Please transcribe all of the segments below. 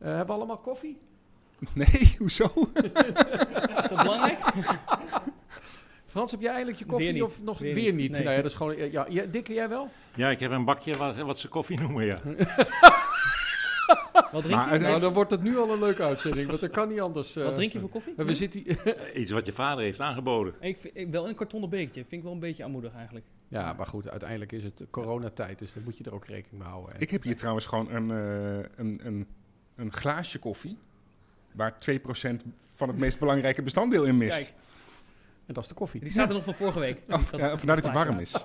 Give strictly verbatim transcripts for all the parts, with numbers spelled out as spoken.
Uh, hebben we allemaal koffie? Nee, hoezo? Is dat belangrijk? Frans, heb jij eigenlijk je koffie Weer niet. of nog Weer weer, niet. niet? Nee. Nou ja, dat is gewoon, ja, ja, Dikke, jij wel? Ja, ik heb een bakje wat, wat ze koffie noemen, ja. Wat drink Maar je? Nou, dan wordt het nu al een leuke uitzending, want dat kan niet anders. Uh, Wat drink je voor koffie? We zitten hier- Iets wat je vader heeft aangeboden. Ik vind, ik, wel een kartonnen bekertje. Vind ik wel een beetje aanmoedig eigenlijk. Ja, maar goed, uiteindelijk is het coronatijd, dus daar moet je er ook rekening mee houden. En Ik heb hier trouwens gewoon een, uh, een, een, een glaasje koffie, waar twee procent van het meest belangrijke bestanddeel in mist. Kijk, En dat is de koffie. die staat er nog van vorige week. Oh, ja, vandaar dat hij warm is.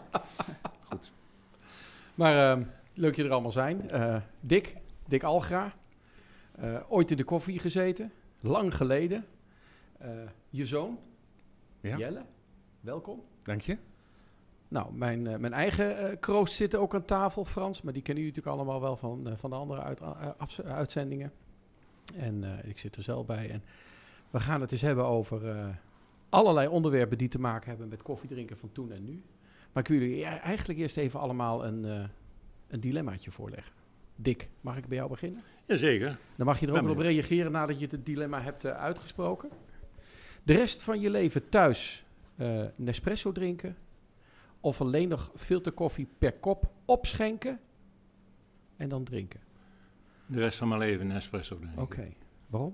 Maar uh, leuk je er allemaal zijn. Uh, Dick, Dick Algra. Uh, ooit in de koffie gezeten. Lang geleden. Uh, je zoon, Ja, Jelle. Welkom. dank je. Nou, mijn, uh, mijn eigen uh, kroost zit ook aan tafel, Frans. Maar die kennen jullie natuurlijk allemaal wel van, uh, van de andere uit, uh, af, uitzendingen. En uh, ik zit er zelf bij. En we gaan het eens hebben over uh, allerlei onderwerpen die te maken hebben met koffiedrinken van toen en nu. Maar ik wil jullie eigenlijk eerst even allemaal een, uh, een dilemmaatje voorleggen. Dick, mag ik bij jou beginnen? Jazeker. Dan mag je er ook Ben wel op benieuwd. reageren nadat je het dilemma hebt uh, uitgesproken. De rest van je leven thuis uh, Nespresso drinken of alleen nog filterkoffie per kop opschenken en dan drinken. De rest van mijn leven een espresso, denk ik. Oké, okay. Waarom?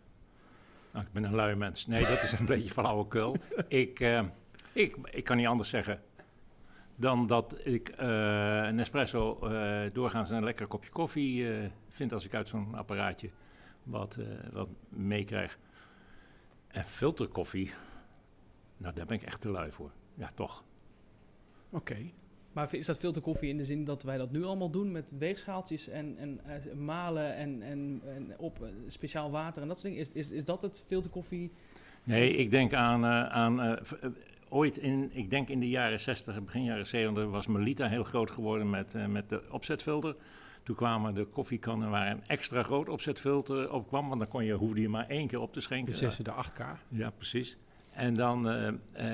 Nou, ik ben een lui mens. Nee, dat is een beetje flauwekul. Ik, uh, ik, ik kan niet anders zeggen dan dat ik uh, een espresso uh, doorgaans een lekker kopje koffie uh, vind als ik uit zo'n apparaatje wat, uh, wat meekrijg. En filterkoffie, nou daar ben ik echt te lui voor. Ja, toch. Oké. Okay. Maar is dat filterkoffie in de zin dat wij dat nu allemaal doen met weegschaaltjes en, en uh, malen en, en, en op uh, speciaal water en dat soort dingen? Is, is, is dat het filterkoffie? Nee, ik denk aan, uh, aan uh, v- uh, ooit in, ik denk in de jaren zestig, begin jaren zeventig was Melita heel groot geworden met, uh, met de opzetfilter. Toen kwamen de koffiekannen waar een extra groot opzetfilter op kwam, want dan kon je, hoefde je maar één keer op te schenken. De zes en de acht K. Ja, precies. En dan... Uh, uh,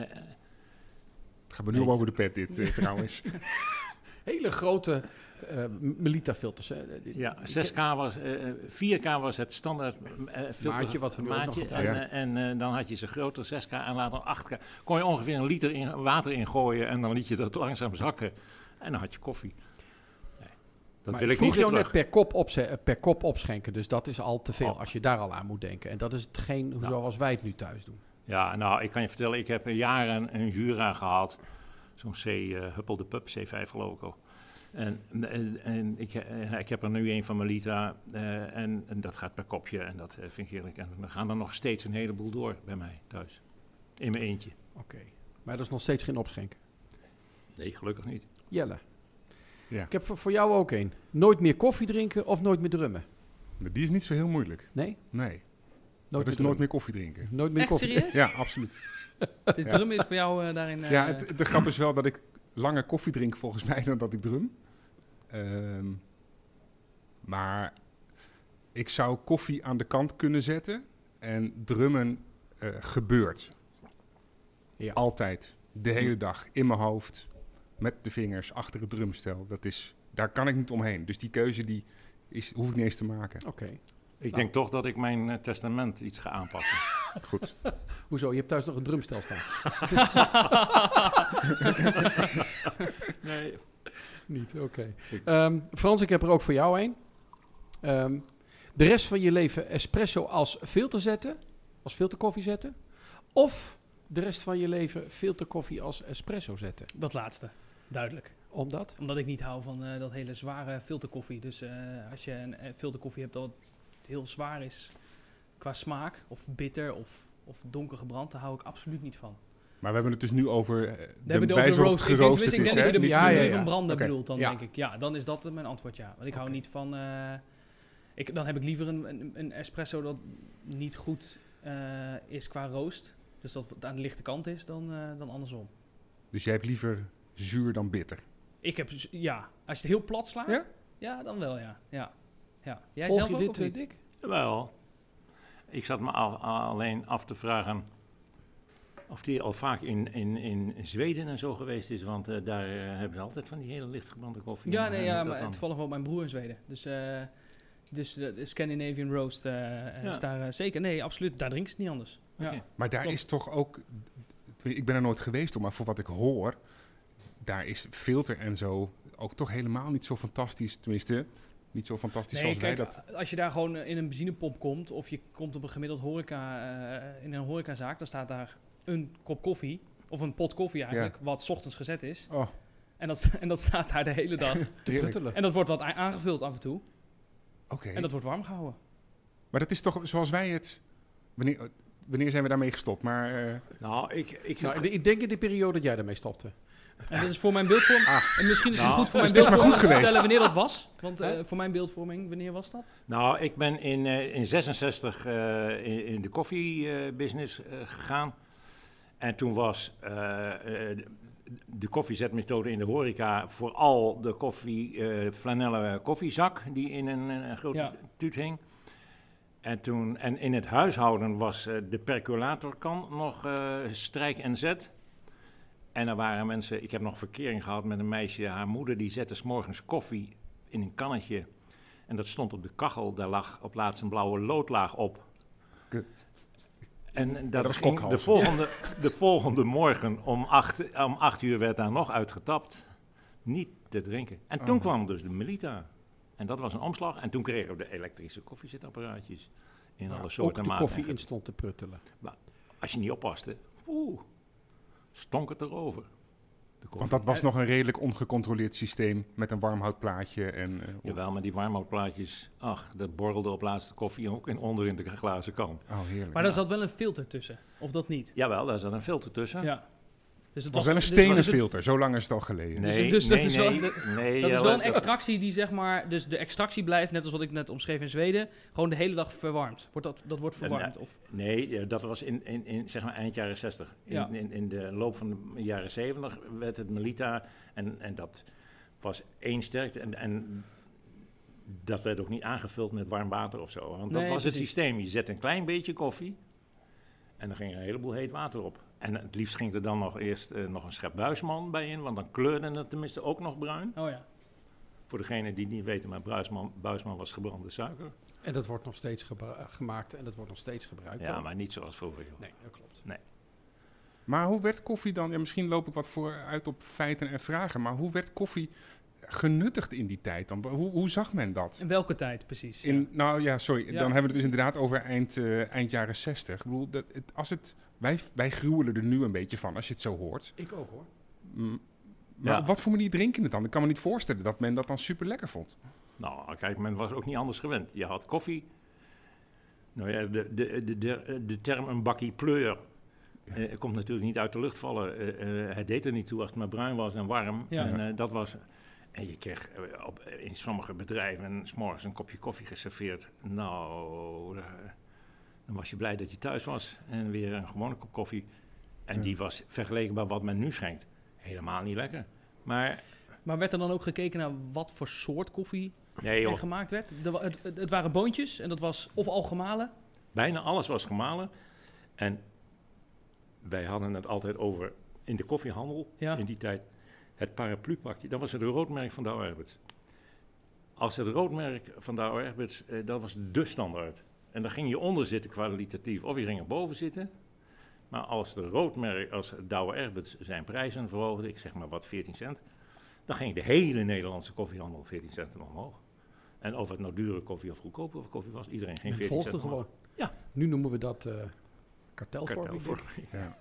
Het gaat me nu over de pet dit uh, trouwens. Hele grote uh, Melita filters. Hè. Ja, zes K was, uh, vier K was het standaard uh, filter. Maatje wat we nu ook nog maatje, gebruiken. En, uh, en uh, dan had je ze groter, zes K en later acht K. Kon je ongeveer een liter in, water ingooien en dan liet je dat langzaam zakken. En dan had je koffie. Nee, dat maar wil ik vroeg niet jou weer net terug. per kop, opze- per kop opschenken, dus dat is al te veel Oh. als je daar al aan moet denken. En dat is hetgeen Nou. zoals wij het nu thuis doen. Ja, nou, ik kan je vertellen, ik heb jaren een Jura gehad. Zo'n C, uh, Huppel de Pup, C vijf geloof ik al. En, en, en ik, uh, ik heb er nu een van Melita uh, en, en dat gaat per kopje en dat uh, vind ik heerlijk. En we gaan er nog steeds een heleboel door bij mij thuis. In mijn eentje. Oké, okay. Maar dat is nog steeds geen opschenken. Nee, gelukkig niet. Jelle, Ja. ik heb voor, voor jou ook een. Nooit meer koffie drinken of nooit meer drummen? Die is niet zo heel moeilijk. Nee? Nee. Nooit Dat is nooit meer koffie drinken. Nooit meer Echt koffie. serieus? Ja, absoluut. Het is Ja. drummen is voor jou uh, daarin... Uh, Ja, het, de grap is wel dat ik langer koffie drink volgens mij dan dat ik drum. Um, maar ik zou koffie aan de kant kunnen zetten en drummen uh, gebeurt. Ja. Altijd. De hele dag. In mijn hoofd. Met de vingers achter het drumstel. Dat is, daar kan ik niet omheen. Dus die keuze die is, hoef ik niet eens te maken. Oké. Okay. Ik Nou. denk toch dat ik mijn uh, testament iets ga aanpassen. Goed. Hoezo? Je hebt thuis nog een drumstel staan? Nee. Niet, oké. Okay. Um, Frans, ik heb er ook voor jou een. Um, de rest van je leven espresso als filter zetten, als filterkoffie zetten, of de rest van je leven filterkoffie als espresso zetten? Dat laatste, duidelijk. Omdat? Omdat ik niet hou van uh, dat hele zware filterkoffie. Dus uh, als je een uh, filterkoffie hebt dat heel zwaar is qua smaak, of bitter, of, of donker gebrand, daar hou ik absoluut niet van. Maar we hebben het dus nu over uh, de over de roast. geroosterd Ik denk, is, dat je de ja, ja, ja. van branden okay. bedoelt dan, ja. denk ik. Ja, dan is dat uh, mijn antwoord, ja. Want ik hou okay. niet van... Uh, ik, dan heb ik liever een, een, een espresso dat niet goed uh, is qua roost. Dus dat het aan de lichte kant is dan, uh, dan andersom. Dus jij hebt liever zuur dan bitter? Ik heb, ja. Als je het heel plat slaat, ja, ja dan wel, ja. ja. ja. Jij Volg zelf je ook, dit, of niet? Dick? Wel. Ik zat me al, alleen af te vragen of die al vaak in, in, in Zweden en zo geweest is. Want uh, daar uh, hebben ze altijd van die hele lichtgebrande koffie. Ja, nee, ja, dat maar dan? toevallig wel mijn broer in Zweden. Dus uh, Dus de, de Scandinavian Roast uh, Ja. is daar uh, zeker. Nee, absoluut. Daar drinken ze het niet anders. Oké. Ja. Maar daar Klopt. is toch ook... Ik ben er nooit geweest, hoor, maar voor wat ik hoor... daar is filter en zo ook toch helemaal niet zo fantastisch. Tenminste, niet zo fantastisch Nee, zoals kijk, wij dat... als je daar gewoon uh, in een benzinepomp komt... of je komt op een gemiddeld horeca... Uh, in een horecazaak... dan staat daar een kop koffie... of een pot koffie eigenlijk... Ja. wat 's ochtends gezet is. Oh, En dat, en dat staat daar de hele dag. Te heerlijk. pruttelen. En dat wordt wat a- aangevuld af en toe. Oké. En dat wordt warm gehouden. Maar dat is toch zoals wij het... Wanneer, wanneer zijn we daarmee gestopt? Maar... uh, Nou, ik, ik, Nou, ik denk in de periode dat jij daarmee stopte. En dat is voor mijn beeldvorming... Ah. En misschien is het Nou, goed voor dus mijn het is maar beeldvorming goed om te geweest. vertellen wanneer dat was. Want uh, Hè? voor mijn beeldvorming, wanneer was dat? nou, ik ben in, uh, in zesenzestig uh, in, in de koffiebusiness uh, gegaan. En toen was uh, uh, de koffiezetmethode in de horeca vooral de koffie, uh, flanellen koffiezak die in een, een grote Ja. tuut hing. En, toen, en in het huishouden was uh, de percolatorkan nog uh, strijk en zet. En er waren mensen, ik heb nog verkering gehad met een meisje, haar moeder die zette 's morgens koffie in een kannetje. En dat stond op de kachel, daar lag op laatst een blauwe loodlaag op. Ke- En dat, dat was ging de, kokhalzen. volgende, de volgende morgen om acht, om acht uur werd daar nog uitgetapt. Niet te drinken. En toen Oh. kwam dus de Melita. En dat was een omslag. En toen kregen we de elektrische koffiezetapparaatjes. In Waar alle soorten ook en de maten. koffie in stond te pruttelen. Als je niet oppaste, oeh, stonk het erover. De koffie. want dat was nog een redelijk ongecontroleerd systeem... met een warmhoutplaatje en... uh, Jawel, maar die warmhoutplaatjes, ach, dat borrelde op laatste koffie ook in onder in de glazen kan. Oh, heerlijk. Maar daar zat wel een filter tussen. Of dat niet? Jawel, daar zat een filter tussen. Ja. Dus het Het was wel een dus stenen was het- filter, zo lang is het al geleden. Nee, dus dat nee, is wel- nee, dat- nee, Dat is ja, wel een dat- extractie die zeg maar... Dus de extractie blijft, net als wat ik net omschreef in Zweden... gewoon de hele dag verwarmd. Wordt dat, dat wordt verwarmd. En, Of, Nee, ja, dat was in, in, in zeg maar eind jaren zestig. In, Ja. in, in de loop van de jaren zeventig werd het Melita en, en dat was één sterkte. En, en dat werd ook niet aangevuld met warm water of zo. Want dat Nee, was het precies. systeem. Je zet een klein beetje koffie en dan ging er een heleboel heet water op. En het liefst ging er dan nog eerst eh, nog een schep Buisman bij in, want dan kleurde het tenminste ook nog bruin. oh ja. Voor degenen die het niet weten, maar Buisman, Buisman was gebrande suiker. En dat wordt nog steeds gebru- gemaakt en dat wordt nog steeds gebruikt. Ja, toch? maar niet zoals vroeger. joh. Nee, dat klopt. Maar hoe werd koffie dan... Ja, misschien loop ik wat vooruit op feiten en vragen... maar hoe werd koffie genuttigd in die tijd dan? Hoe, hoe zag men dat? In welke tijd precies? Ja. In, nou ja, sorry, Ja. dan hebben we het dus inderdaad over eind, eh, eind jaren zestig. Ik bedoel, dat, het, als het, wij, wij gruwelen er nu een beetje van als je het zo hoort. Ik ook hoor. Mm, maar Ja. op wat voor manier drinken het dan? Ik kan me niet voorstellen dat men dat dan super lekker vond. Nou, kijk, men was ook niet anders gewend. Je had koffie. Nou ja, de, de, de, de, de term een bakkie pleur eh, komt natuurlijk niet uit de lucht vallen. Eh, eh, het deed er niet toe als het maar bruin was en warm. Ja. En eh, dat was... En je kreeg eh, op, in sommige bedrijven 's morgens een kopje koffie geserveerd. Nou, eh, dan was je blij dat je thuis was. En weer een gewone kop koffie. En Ja. die was vergeleken bij wat men nu schenkt helemaal niet lekker. Maar Maar werd er dan ook gekeken naar wat voor soort koffie nee, er joh, gemaakt werd? Er wa- het, het, het waren boontjes en dat was of al gemalen. bijna alles was gemalen. En wij hadden het altijd over in de koffiehandel Ja. in die tijd. Het paraplupakje, dat was het roodmerk van Douwe Egberts. Als het roodmerk van Douwe Egberts, eh, dat was de standaard. En daar ging je onder zitten kwalitatief, of je ging er boven zitten. Maar als de roodmerk, als Douwe Egberts zijn prijzen verhoogde, ik zeg maar wat veertien cent, dan ging de hele Nederlandse koffiehandel veertien cent omhoog. En of het nou dure koffie of goedkope koffie was, iedereen ging Men veertien cent volgde omhoog. gewoon. Ja. Nu noemen we dat eh kartelvorming. denk ik. Kartelvorming. Ja.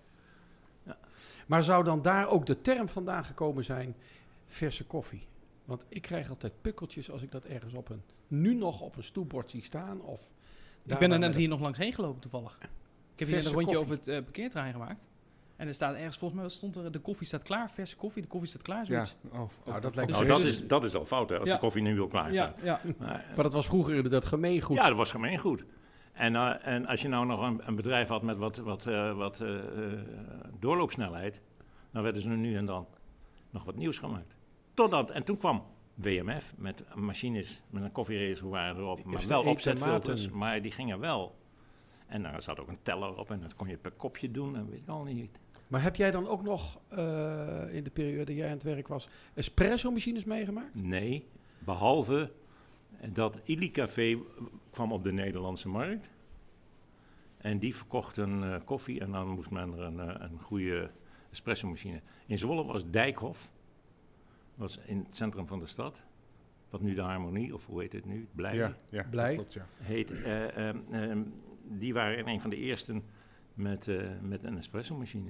Maar zou dan daar ook de term vandaan gekomen zijn, verse koffie? Want ik krijg altijd pukkeltjes als ik dat ergens op een, nu nog op een stoepbord zie staan. Of Ik daar ben er waar net we hier nog langs heen gelopen toevallig. Ik heb hier net Verse een rondje koffie. over het uh, parkeerterrein gemaakt. En er staat ergens, volgens mij wat stond er, de koffie staat klaar, verse koffie, de koffie staat klaar, Ja. zoiets. Oh, oh, Nou, dat oh, lijkt oh, Nou, Dus- dat dus- is, dat is al fout, hè, als Ja. de koffie nu al klaar Ja, staat. ja. Maar, Maar dat was vroeger inderdaad gemeengoed. ja, dat was gemeengoed. En, uh, en als je nou nog een, een bedrijf had met wat, wat, uh, wat uh, uh, doorloopsnelheid, dan werden ze nu en dan nog wat nieuws gemaakt. Totdat, en toen kwam W M F met machines, met een koffiereservoir erop, maar Eerste wel eten, opzetfilters, maten. maar die gingen wel. En daar zat ook een teller op en dat kon je per kopje doen en weet ik al niet. Maar heb jij dan ook nog eh, in de periode dat jij aan het werk was espresso machines meegemaakt? Nee, behalve dat Illy Café kwam op de Nederlandse markt. En die verkochten uh, koffie en dan moest men er een, uh, een goede espresso-machine. In Zwolle was Dijkhof, was in het centrum van de stad. Wat nu de Harmonie, of hoe heet het nu? Blij. Ja, ja, Blij. Klopt, ja. Heet, uh, um, um, die waren een van de eersten met, uh, met een espresso-machine.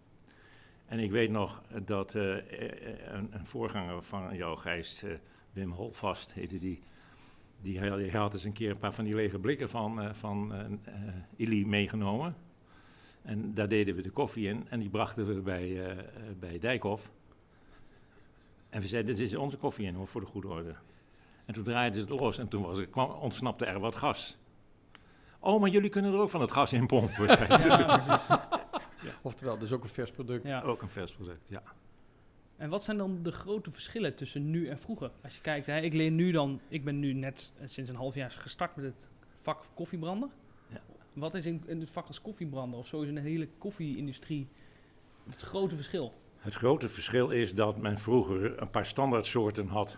En ik weet nog dat uh, een, een voorganger van jou, Gijs, uh, Wim Holvast heette die. Die had, die had eens een keer een paar van die lege blikken van, uh, van uh, uh, Illy meegenomen. En daar deden we de koffie in en die brachten we bij, uh, uh, bij Dijkhof. En we zeiden, dit is onze koffie in hoor, voor de goede orde. En toen draaiden ze het los en toen was er, kwam, ontsnapte er wat gas. Oh, maar jullie kunnen er ook van het gas in pompen. Ja, precies. Ja. Oftewel, dus ook een vers product. Ja. Ook een vers product, ja. En wat zijn dan de grote verschillen tussen nu en vroeger? Als je kijkt, hè, ik leer nu dan, ik ben nu net uh, sinds een half jaar gestart met het vak koffiebrander. Ja. Wat is in, in het vak als koffiebrander of zo is in de hele koffie-industrie het grote verschil? Het grote verschil is dat men vroeger een paar standaardsoorten had.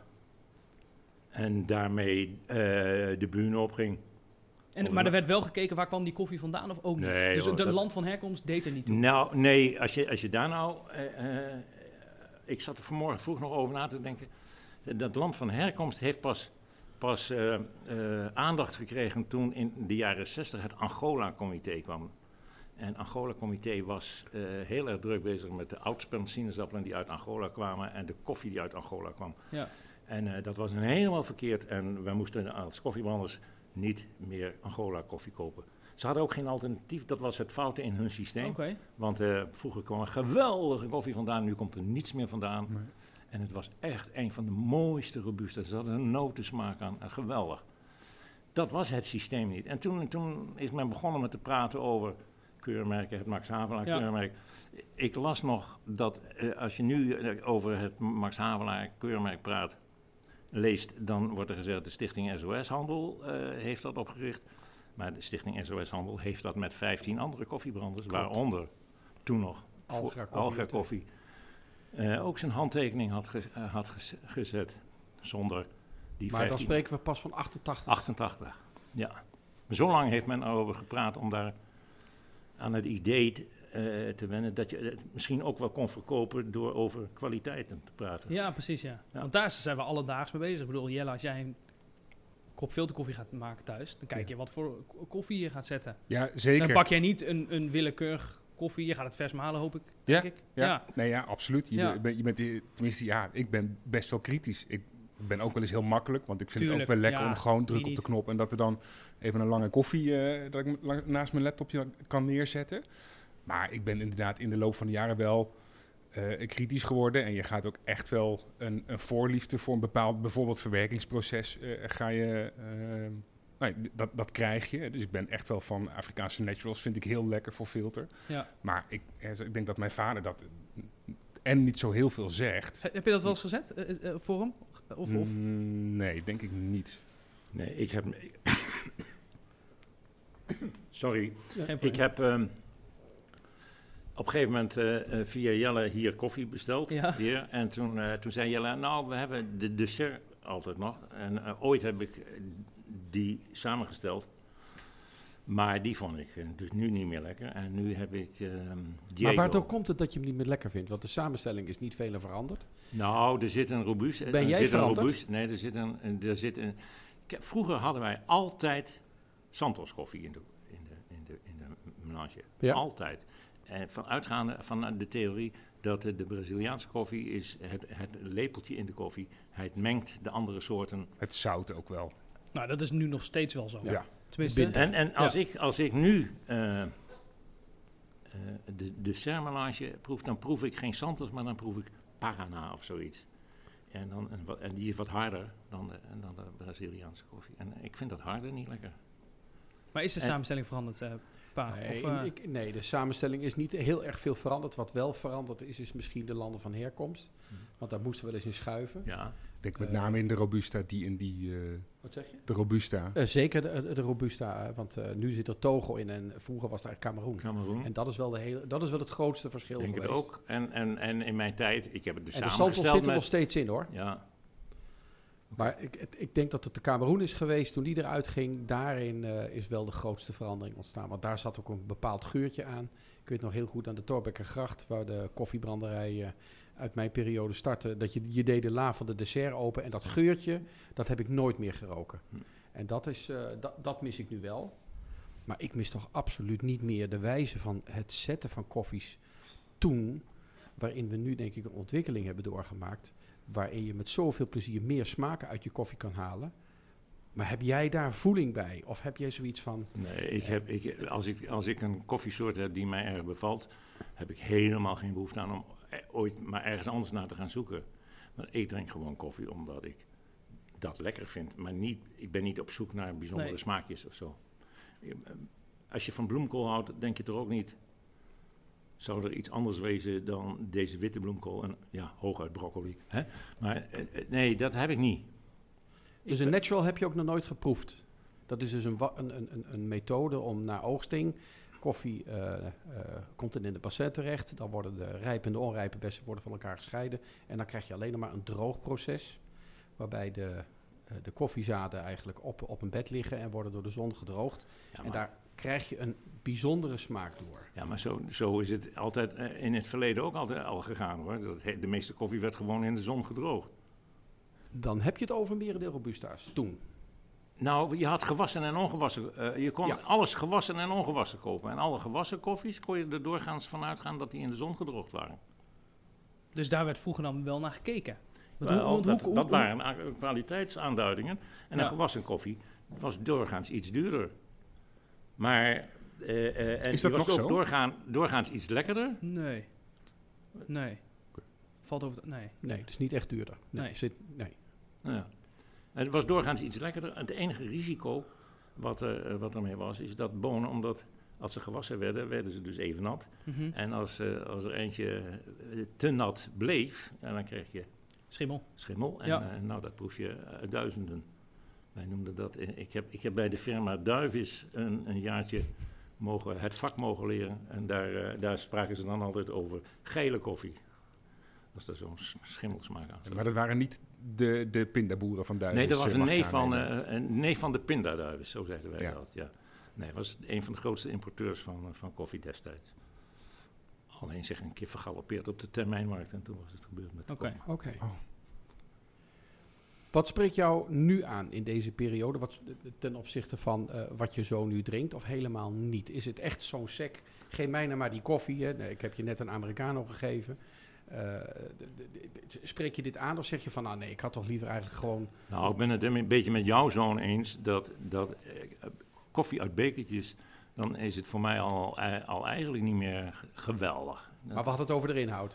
En daarmee uh, de bühne opging. En, Of maar er een- werd wel gekeken, waar kwam die koffie vandaan of ook niet? Nee, dus hoor, het dat- land van herkomst deed er niet toe. Nou, nee, als je, als je daar nou... Uh, uh, ik zat er vanmorgen vroeg nog over na te denken. Dat land van herkomst heeft pas, pas uh, uh, aandacht gekregen toen in de jaren zestig het Angola-comité kwam. En Angola-comité was uh, heel erg druk bezig met de oudspelsinaasappelen die uit Angola kwamen en de koffie die uit Angola kwam. Ja. En uh, dat was een helemaal verkeerd en wij moesten als koffiebranders niet meer Angola-koffie kopen. Ze hadden ook geen alternatief, dat was het foute in hun systeem. Oké. Want uh, vroeger kwam er geweldige koffie vandaan, nu komt er niets meer vandaan. Nee. En het was echt een van de mooiste robusta's. Ze hadden een notensmaak aan, uh, geweldig. Dat was het systeem niet. En toen, toen is men begonnen met te praten over keurmerken, het Max Havelaar Ja. keurmerk. Ik las nog dat uh, als je nu uh, over het Max Havelaar keurmerk praat, leest, dan wordt er gezegd de stichting S O S Handel uh, heeft dat opgericht. Maar de stichting S O S Handel heeft dat met vijftien andere koffiebranders, Klopt. waaronder toen nog Algra voor- Algra Koffie. Koffie, uh, ook zijn handtekening had, ge- uh, had gez- gezet zonder die Maar dan vijftien. spreken we pas van achtentachtig. achtentachtig, ja. Zo lang heeft men erover gepraat om daar aan het idee te, uh, te wennen dat je het misschien ook wel kon verkopen door over kwaliteiten te praten. Ja, precies, ja. Ja. Want daar zijn we alledaags mee bezig. Ik bedoel, Jelle, als jij een kop filterkoffie gaat maken thuis, dan kijk je wat voor k- koffie je gaat zetten. Ja, zeker. Dan pak jij niet een, een willekeurig koffie, je gaat het vers malen, hoop ik, denk Ja, ik. Ja, nee, ja, absoluut. Je, Ja. bent- je bent, eh, tenminste, ja, ik ben best wel kritisch. Ik ben ook wel eens heel makkelijk, want ik vind het Tuurlijk, ook wel lekker ja, om gewoon druk wie op de niet? knop en dat er dan even een lange koffie eh, dat ik la- naast mijn laptopje kan neerzetten. Maar ik ben inderdaad in de loop van de jaren wel eh, kritisch geworden en je gaat ook echt wel een, een voorliefde voor een bepaald, bijvoorbeeld verwerkingsproces, eh, ga je, eh, nou, dat, dat krijg je. Dus ik ben echt wel van Afrikaanse naturals, vind ik heel lekker voor filter. Ja. Maar ik, eh, ik denk dat mijn vader dat en niet zo heel veel zegt. He- Heb je dat wel eens gezet eh, eh, voor hem? Of, of? Mm, nee, denk ik niet. Nee, ik heb... Sorry. Geen probleem. Ik heb ehm, op een gegeven moment eh, eh, via Jelle hier koffie besteld. Ja. Hier, en toen, eh, toen zei Jelle, nou, we hebben de dessert altijd nog. En eh, ooit heb ik eh, die samengesteld. Maar die vond ik eh, dus nu niet meer lekker. En nu heb ik ehm Diego. Maar waardoor komt het dat je hem niet meer lekker vindt? Want de samenstelling is niet veel veranderd. Nou, er zit een robuust. Ben er jij zit veranderd? Een robuust, nee, er zit een, een- er zit een... Kijk, vroeger hadden wij altijd Santos koffie in de, in de, in de, in de menage. Ja. Altijd. En vanuitgaande van de theorie dat de, de Braziliaanse koffie is het, het lepeltje in de koffie. Het mengt de andere soorten. Het zout ook wel. Nou, dat is nu nog steeds wel zo. Ja. Tenminste, Binnen. En, en als, Ja. ik, als ik nu eh, eh, de, de sermelage proef, dan proef ik geen Santos, maar dan proef ik Paraná of zoiets. En, dan, en, wat- en die is wat harder dan de, en dan de Braziliaanse koffie. En ik vind dat harder niet lekker. maar is de en- samenstelling veranderd, eh Pa? Nee, Of, eh, ik, nee, de samenstelling is niet heel erg veel veranderd. Wat wel veranderd is, is misschien de landen van herkomst. Want daar moesten we wel eens in schuiven. Ja. Ik denk met Eh. name in de Robusta, die in die... eh, Wat zeg je? de Robusta. Eh, zeker de, de Robusta, eh, want eh, nu zit er Togo in en vroeger was daar Cameroen. Cameroen. En dat is wel, de hele, dat is wel het grootste verschil Ik denk het geweest. ook. En, en, en in mijn tijd, ik heb het dus En de Santos samengesteld zit er nog met... steeds in hoor. Ja. Maar ik, het- ik denk dat het de Kameroen is geweest toen die eruit ging. Daarin uh, is wel de grootste verandering ontstaan. Want daar zat ook een bepaald geurtje aan. Ik weet nog heel goed aan de Thorbeckergracht, waar de koffiebranderij uh, uit mijn periode startte. Dat je, je deed de la van de dessert open. En dat geurtje, dat heb ik nooit meer geroken. Hm. En dat, is, uh, dat, dat mis ik nu wel. Maar ik mis toch absoluut niet meer de wijze van het zetten van koffies toen. Waarin we nu denk ik een ontwikkeling hebben doorgemaakt. Waarin je met zoveel plezier meer smaken uit je koffie kan halen. Maar heb jij daar voeling bij? Of heb jij zoiets van... Nee, ik heb, ik, als, ik, als ik een koffiesoort heb die mij erg bevalt, heb ik helemaal geen behoefte aan om eh, ooit maar ergens anders naar te gaan zoeken. Maar ik drink gewoon koffie omdat ik dat lekker vind. Maar niet, ik ben niet op zoek naar bijzondere Nee. smaakjes of zo. Als je van bloemkool houdt, denk je toch ook niet... Zou er iets anders wezen dan deze witte bloemkool en ja, hooguit broccoli. Hè? Maar eh, eh, nee, dat heb ik niet. Dus Ik een natural heb je ook nog nooit geproefd. Dat is dus een, wa- een, een, een methode om na oogsting... Koffie uh, uh, komt dan in de bassin terecht. Dan worden de rijpe en de onrijpe bessen worden van elkaar gescheiden. En dan krijg je alleen nog maar een droogproces. Waarbij de, uh, de koffiezaden eigenlijk op, op een bed liggen en worden door de zon gedroogd. Ja, En maar- daar krijg je een bijzondere smaak door. Ja, maar zo, zo is het altijd uh, in het verleden ook altijd al gegaan hoor. Dat, he- de meeste koffie werd gewoon in de zon gedroogd. Dan heb je het over merendeel robusta's. Toen. Nou, je had gewassen en ongewassen. Uh, je kon Ja. alles gewassen en ongewassen kopen. En alle gewassen koffies kon je er doorgaans van uitgaan dat die in de zon gedroogd waren. Dus daar werd vroeger dan wel naar gekeken. Want Wel, hoe- want dat, hoe- dat hoe- waren a- kwaliteitsaanduidingen. En Ja. een gewassen koffie was doorgaans iets duurder. Maar uh, uh, en Is die dat was nog ook zo? Doorgaan, doorgaans iets lekkerder. Nee. Nee. Valt over... het- Nee. Nee, het is niet echt duurder. Nee. Nee. Zit, nee. Ja. Het was doorgaans iets lekkerder. Het enige risico wat, er, wat ermee was, is dat bonen, omdat als ze gewassen werden, werden ze dus even nat. Mhm. En als, uh, als er eentje uh, te nat bleef, ja, dan kreeg je Schimmel. schimmel. En Ja. uh, nou, dat proef je uit duizenden. Wij noemden dat, uh, ik, heb, ik heb bij de firma Duivis een, een jaartje mogen, het vak mogen leren. En daar, uh, daar spraken ze dan altijd over gele koffie. Als er zo'n s- schimmelsmaak aan zat. Maar dat waren niet de, de pindaboeren van Duivens. Nee, dat was eh, een mag ik neef van, aannemen. uh, een neef van de pindaduiven, zo zeiden wij Ja. dat. Ja. Nee, hij was een van de grootste importeurs van, uh, van koffie destijds. Alleen zich een keer vergalopeerd op de termijnmarkt en toen was het gebeurd met de Oké. kom. Oké. Oh. Wat spreekt jou nu aan in deze periode? Wat, ten opzichte van uh, wat je zo nu drinkt of helemaal niet? Is het echt zo'n sec? Geef mij nou maar die koffie. Hè? Nee, ik heb je net een Americano gegeven. Uh, d- d- d- spreek je dit aan of zeg je van... nou nee, ik had toch liever eigenlijk gewoon... Nou, ik ben het een beetje met jouw zoon eens dat, dat eh, koffie uit bekertjes, dan is het voor mij al, eh, al eigenlijk niet meer g- geweldig. Maar we hadden het over de inhoud.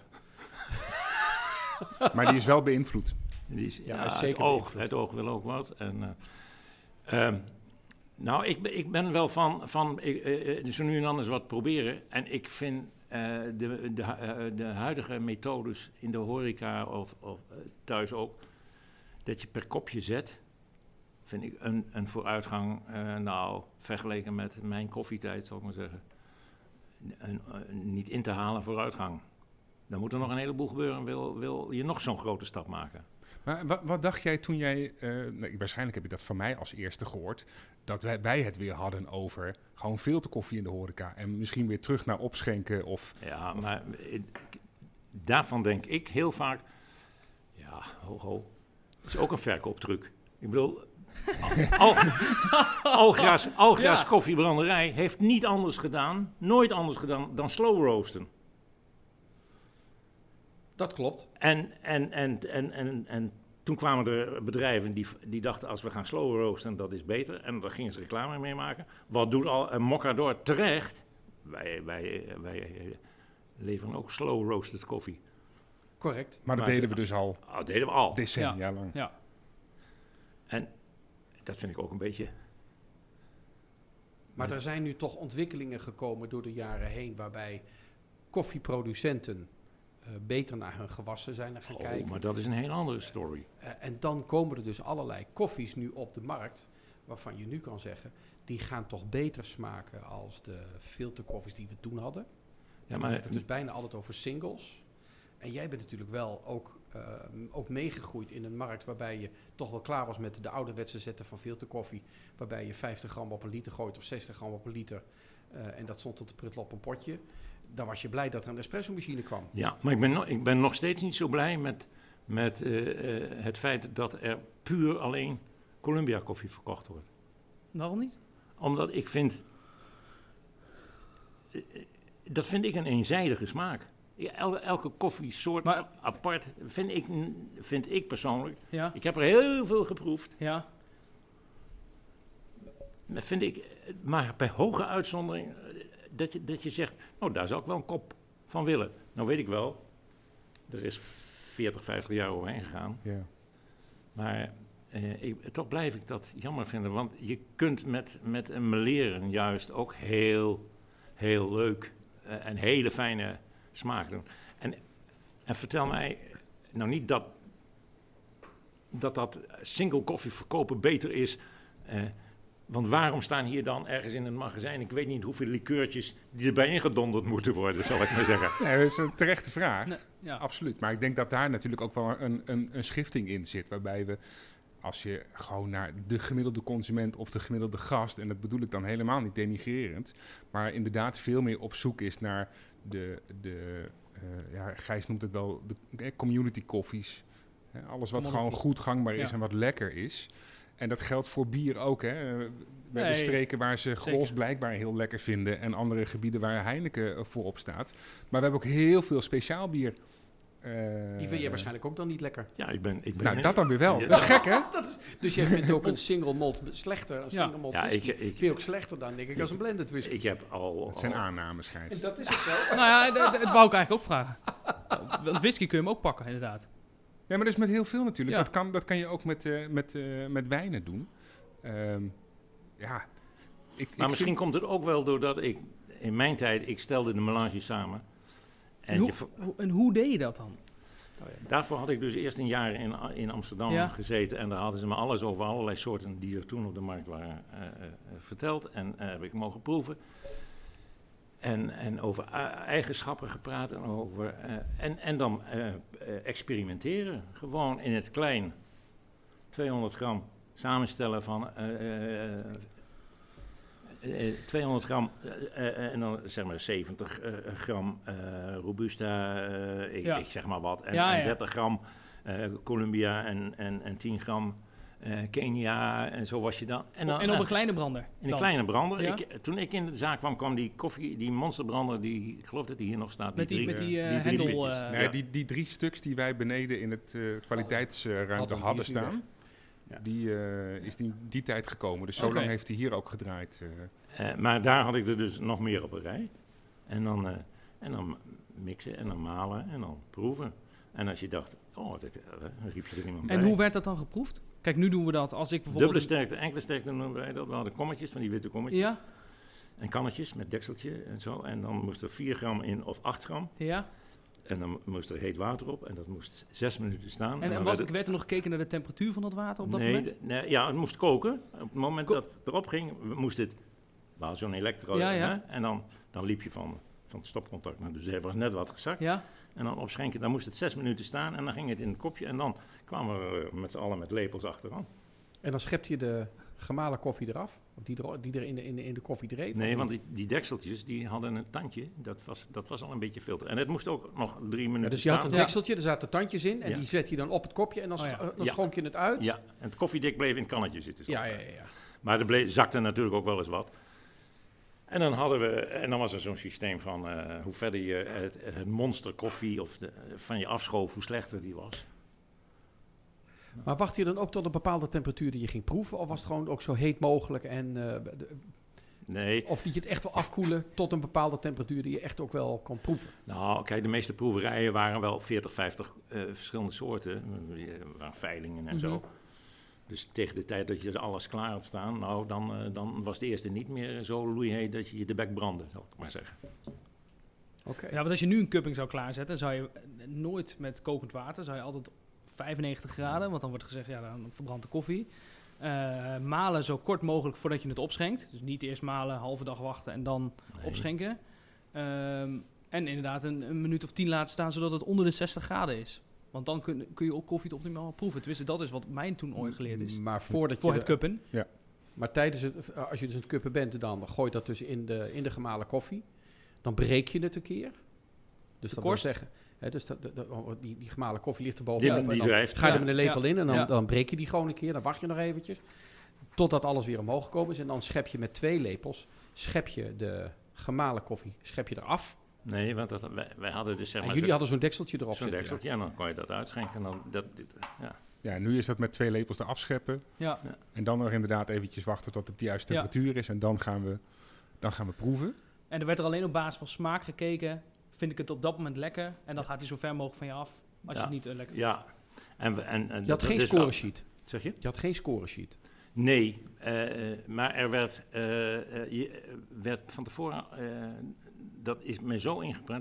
Maar die is wel beïnvloed. Die is, Ja, ja, is het, zeker oog, beïnvloed. het oog wil ook wat. En, uh, um, nou, ik, ben- ik ben wel van, van ik, uh, zo nu en dan eens wat proberen. En ik vind uh, de, de, uh, de huidige methodes in de horeca of, of uh, thuis ook, dat je per kopje zet, vind ik een, een vooruitgang, uh, nou, vergeleken met mijn koffietijd, zal ik maar zeggen, een, een niet in te halen vooruitgang. Dan moet er nog een heleboel gebeuren, wil, wil je nog zo'n grote stap maken. Maar wat, wat dacht jij toen jij... Uh, nee, waarschijnlijk heb je dat van mij als eerste gehoord... dat wij, wij het weer hadden over gewoon filterkoffie in de horeca... en misschien weer terug naar opschenken of... Ja, of maar ik, daarvan denk ik heel vaak... Ja, ho, ho. Dat is ook een verkooptruc. Ik bedoel... Al, Algra's, Algra's Ja. koffiebranderij heeft niet anders gedaan... nooit anders gedaan dan slow roosten. Dat klopt. En, en, en, en, en, en toen kwamen er bedrijven die, die dachten... als we gaan slow roosten, dat is beter. En daar gingen ze reclame mee maken. Wat doet al een Mocador terecht? Wij, wij, wij leveren ook slow roasted koffie. Correct. Maar dat Maar deden de- we dus al Oh, dat deden we al. decennia lang. Ja. En dat vind ik ook een beetje... Maar er zijn nu toch ontwikkelingen gekomen door de jaren heen... waarbij koffieproducenten uh, beter naar hun gewassen zijn gaan Oh, kijken. maar dat is een heel andere story. Uh, en dan komen er dus allerlei koffies nu op de markt... waarvan je nu kan zeggen... die gaan toch beter smaken als de filterkoffies die we toen hadden. Ja, maar we hebben het dus bijna altijd over singles. En jij bent natuurlijk wel ook uh, ook meegegroeid in een markt waarbij je toch wel klaar was met de ouderwetse zetten van filterkoffie. Waarbij je vijftig gram op een liter gooit of zestig gram op een liter. Uh, en dat stond tot de pruttel op een potje. Dan was je blij dat er een espresso-machine kwam. Ja, maar ik ben, no- ik ben nog steeds niet zo blij met, met uh, uh, het feit dat er puur alleen Columbia koffie verkocht wordt. Waarom niet? Omdat ik vind... Uh, dat vind ik een eenzijdige smaak. El, elke koffiesoort Maar, apart vind ik, vind ik persoonlijk... Ja, Ik heb er heel veel geproefd. ja. Vind ik, maar bij hoge uitzondering... Dat je, dat je zegt, nou daar zou ik wel een kop van willen. Nou weet ik wel, er is veertig, vijftig jaar overheen gegaan. Ja. Maar eh, ik, toch blijf ik dat jammer vinden. Want je kunt met, met een meleren juist ook heel, heel leuk uh, en hele fijne smaak doen. En, en vertel mij nou niet dat dat, dat single koffie verkopen beter is... Uh, Want waarom staan hier dan ergens in een magazijn... ik weet niet hoeveel likeurtjes die erbij ingedonderd moeten worden, zal ik maar zeggen. Nee, dat is een terechte vraag. Nee, ja. Absoluut. Maar ik denk dat daar natuurlijk ook wel een, een, een schifting in zit. Waarbij we, als je gewoon naar de gemiddelde consument of de gemiddelde gast... en dat bedoel ik dan helemaal niet denigrerend... maar inderdaad veel meer op zoek is naar de... de uh, ja, Gijs noemt het wel de eh, community koffies. Hè, alles wat Commodity. gewoon goed gangbaar is Ja. en wat lekker is... En dat geldt voor bier ook. Hè. We Nee, hebben streken waar ze Grols zeker. blijkbaar heel lekker vinden... en andere gebieden waar Heineken voorop staat. Maar we hebben ook heel veel speciaal bier. Uh, Die vind je waarschijnlijk ook dan niet lekker. Ja, ik ben... Ik ben Nou, dat dan weer wel. Ja. Dat is gek, hè? Dat is, dus jij vindt ook een single malt slechter. Een Ja. single malt Ja, whisky ik- ik- vind je ook slechter dan, denk ik, als een blended whisky. Ik heb al... Dat zijn al- aannames, Gijs. En dat is het zo. Nou ja, d- d- dat wou ik eigenlijk ook vragen. Want whisky kun je hem ook pakken, inderdaad. Ja, maar dat is met heel veel natuurlijk. Ja. Dat, kan, dat kan je ook met, uh, met, uh, met wijnen doen. Um, ja. Ik, Maar ik misschien vind, komt het ook wel doordat ik... In mijn tijd, ik stelde de melange samen. En En hoe, je ver- hoe- en hoe deed je dat dan? daarvoor had ik dus eerst een jaar in, in Amsterdam Ja. gezeten. En daar hadden ze me alles over allerlei soorten die er toen op de markt waren uh, uh, verteld. En uh, heb ik mogen proeven. En, en over uh, eigenschappen gepraat. En, over, uh, en, en dan uh, uh, experimenteren. Gewoon in het klein. tweehonderd gram samenstellen van... Uh, uh, Uh, tweehonderd gram uh, uh, en dan zeg maar zeventig uh, gram uh, Robusta, uh, ik, Ja. ik zeg maar wat, en, Ja, en ja. dertig gram uh, Columbia en, en, en tien gram uh, Kenia en zo was je dan. En, dan, en op uh, een kleine brander? in een dan? kleine brander. Ja. Ik, toen ik in de zaak kwam, kwam die koffie, die monsterbrander, die, ik geloof dat die hier nog staat. Met die, drie- met die, uh, die drie hendel... bitjes. uh, nee, ja. die, die drie stuks die wij beneden in het uh, kwaliteitsruimte Hadden, die hadden is nu staan... Ja. Die uh, is die, die tijd gekomen. Dus zo Oké. lang heeft hij hier ook gedraaid. Uh. Uh, maar daar had ik er dus nog meer op een rij. En dan, uh, en dan mixen en dan malen en dan proeven. En als je dacht, oh, dit, uh, dan riep je er iemand bij. En hoe werd dat dan geproefd? Kijk, nu doen we dat als ik bijvoorbeeld... Dubbele sterkte, enkele sterkte noemen wij dat. We hadden kommetjes, van die witte kommetjes. Ja, En kannetjes met dekseltje en zo. En dan moest er vier gram in of acht gram. ja. En dan moest er heet water op. En dat moest zes minuten staan. En, dan en werd was, het- werd er nog gekeken naar de temperatuur van dat water op dat nee, moment? d- nee, ja, het moest koken. Op het moment Ko- dat het erop ging, moest het... We hadden zo'n elektro. Ja, ja. Hè? En dan, dan liep je van, van het stopcontact. Nou, dus er was net wat gezakt. Ja, En dan opschenken, dan moest het zes minuten staan. En dan ging het in het kopje. En dan kwamen we met z'n allen met lepels achteraan. En dan schept je de gemalen koffie eraf, of die er, die er in, de, in, de, in de koffie dreef. of Nee, niet? want die, die dekseltjes, die hadden een tandje. Dat was, dat was al een beetje filter. En het moest ook nog drie minuten Ja, dus je had staan. een dekseltje, er zaten tandjes in en Ja. die zet je dan op het kopje en dan, Oh ja. sch- uh, dan Ja. schonk je het uit. Ja, en het koffiedik bleef in het kannetje zitten. zo. ja, ja, ja, ja. Maar er bleef, zakte natuurlijk ook wel eens wat. En dan hadden we, en dan was er zo'n systeem van uh, hoe verder je het, het monster koffie of de, van je afschoof, hoe slechter die was. Maar wacht je dan ook tot een bepaalde temperatuur die je ging proeven? Of was het gewoon ook zo heet mogelijk? En, uh, de, Nee, of liet je het echt wel afkoelen tot een bepaalde temperatuur die je echt ook wel kon proeven? nou kijk, de meeste proeverijen waren wel veertig, vijftig uh, verschillende soorten. Er waren veilingen en Mhm. zo. Dus tegen de tijd dat je alles klaar had staan, nou dan, uh, dan was de eerste niet meer zo loeiheet dat je je de bek brandde, zal ik maar zeggen. Oké. ja, want als je nu een cupping zou klaarzetten, zou je eh, nooit met kokend water, zou je altijd vijfennegentig graden, want dan wordt gezegd, ja, dan verbrandt de koffie. Uh, malen zo kort mogelijk voordat je het opschenkt. Dus niet eerst malen, halve dag wachten en dan Nee. opschenken. Um, en inderdaad een, een minuut of tien laten staan, zodat het onder de zestig graden is. Want dan kun, kun je ook koffie het optimaal proeven. Tenminste, dat is wat mij toen ooit geleerd is. Maar voordat Voor je het de- cuppen. Maar tijdens het, als je dus aan het kuppen bent, dan gooi je dat dus in de, in de gemalen koffie. Dan breek je het een keer. Dus dat wil korst. zeggen, hè, dus dat, dat- dat- die, die gemalen koffie ligt er Die, bovenop. die en dan drijft. ga je er Ja, met een lepel ja, in en dan, ja. dan breek je die gewoon een keer. Dan wacht je nog eventjes. Totdat alles weer omhoog gekomen is. En dan schep je met twee lepels, schep je de gemalen koffie, schep je eraf. Nee, want dat, wij, wij hadden dus zeg En maar... jullie zo- hadden zo'n dekseltje erop zo'n zitten. dekseltje, en dan kon je dat uitschenken. En dan, dat, dit, ja. Ja, nu is dat met twee lepels eraf scheppen. Ja. En dan nog inderdaad eventjes wachten tot het de juiste Ja. temperatuur is. En dan gaan we, dan gaan we proeven. En er werd er alleen op basis van smaak gekeken. Vind ik het op dat moment lekker? En dan gaat hij zo ver mogelijk van je af. Als Ja. je het niet eh, lekker vindt. Ja. En, we- en, en Je had dat geen is wel- scoresheet. Zeg je? Je had geen scoresheet. Nee, eh, eh, maar er werd, eh, eh, je, eh, werd van tevoren, eh, dat is me zo ingeprent,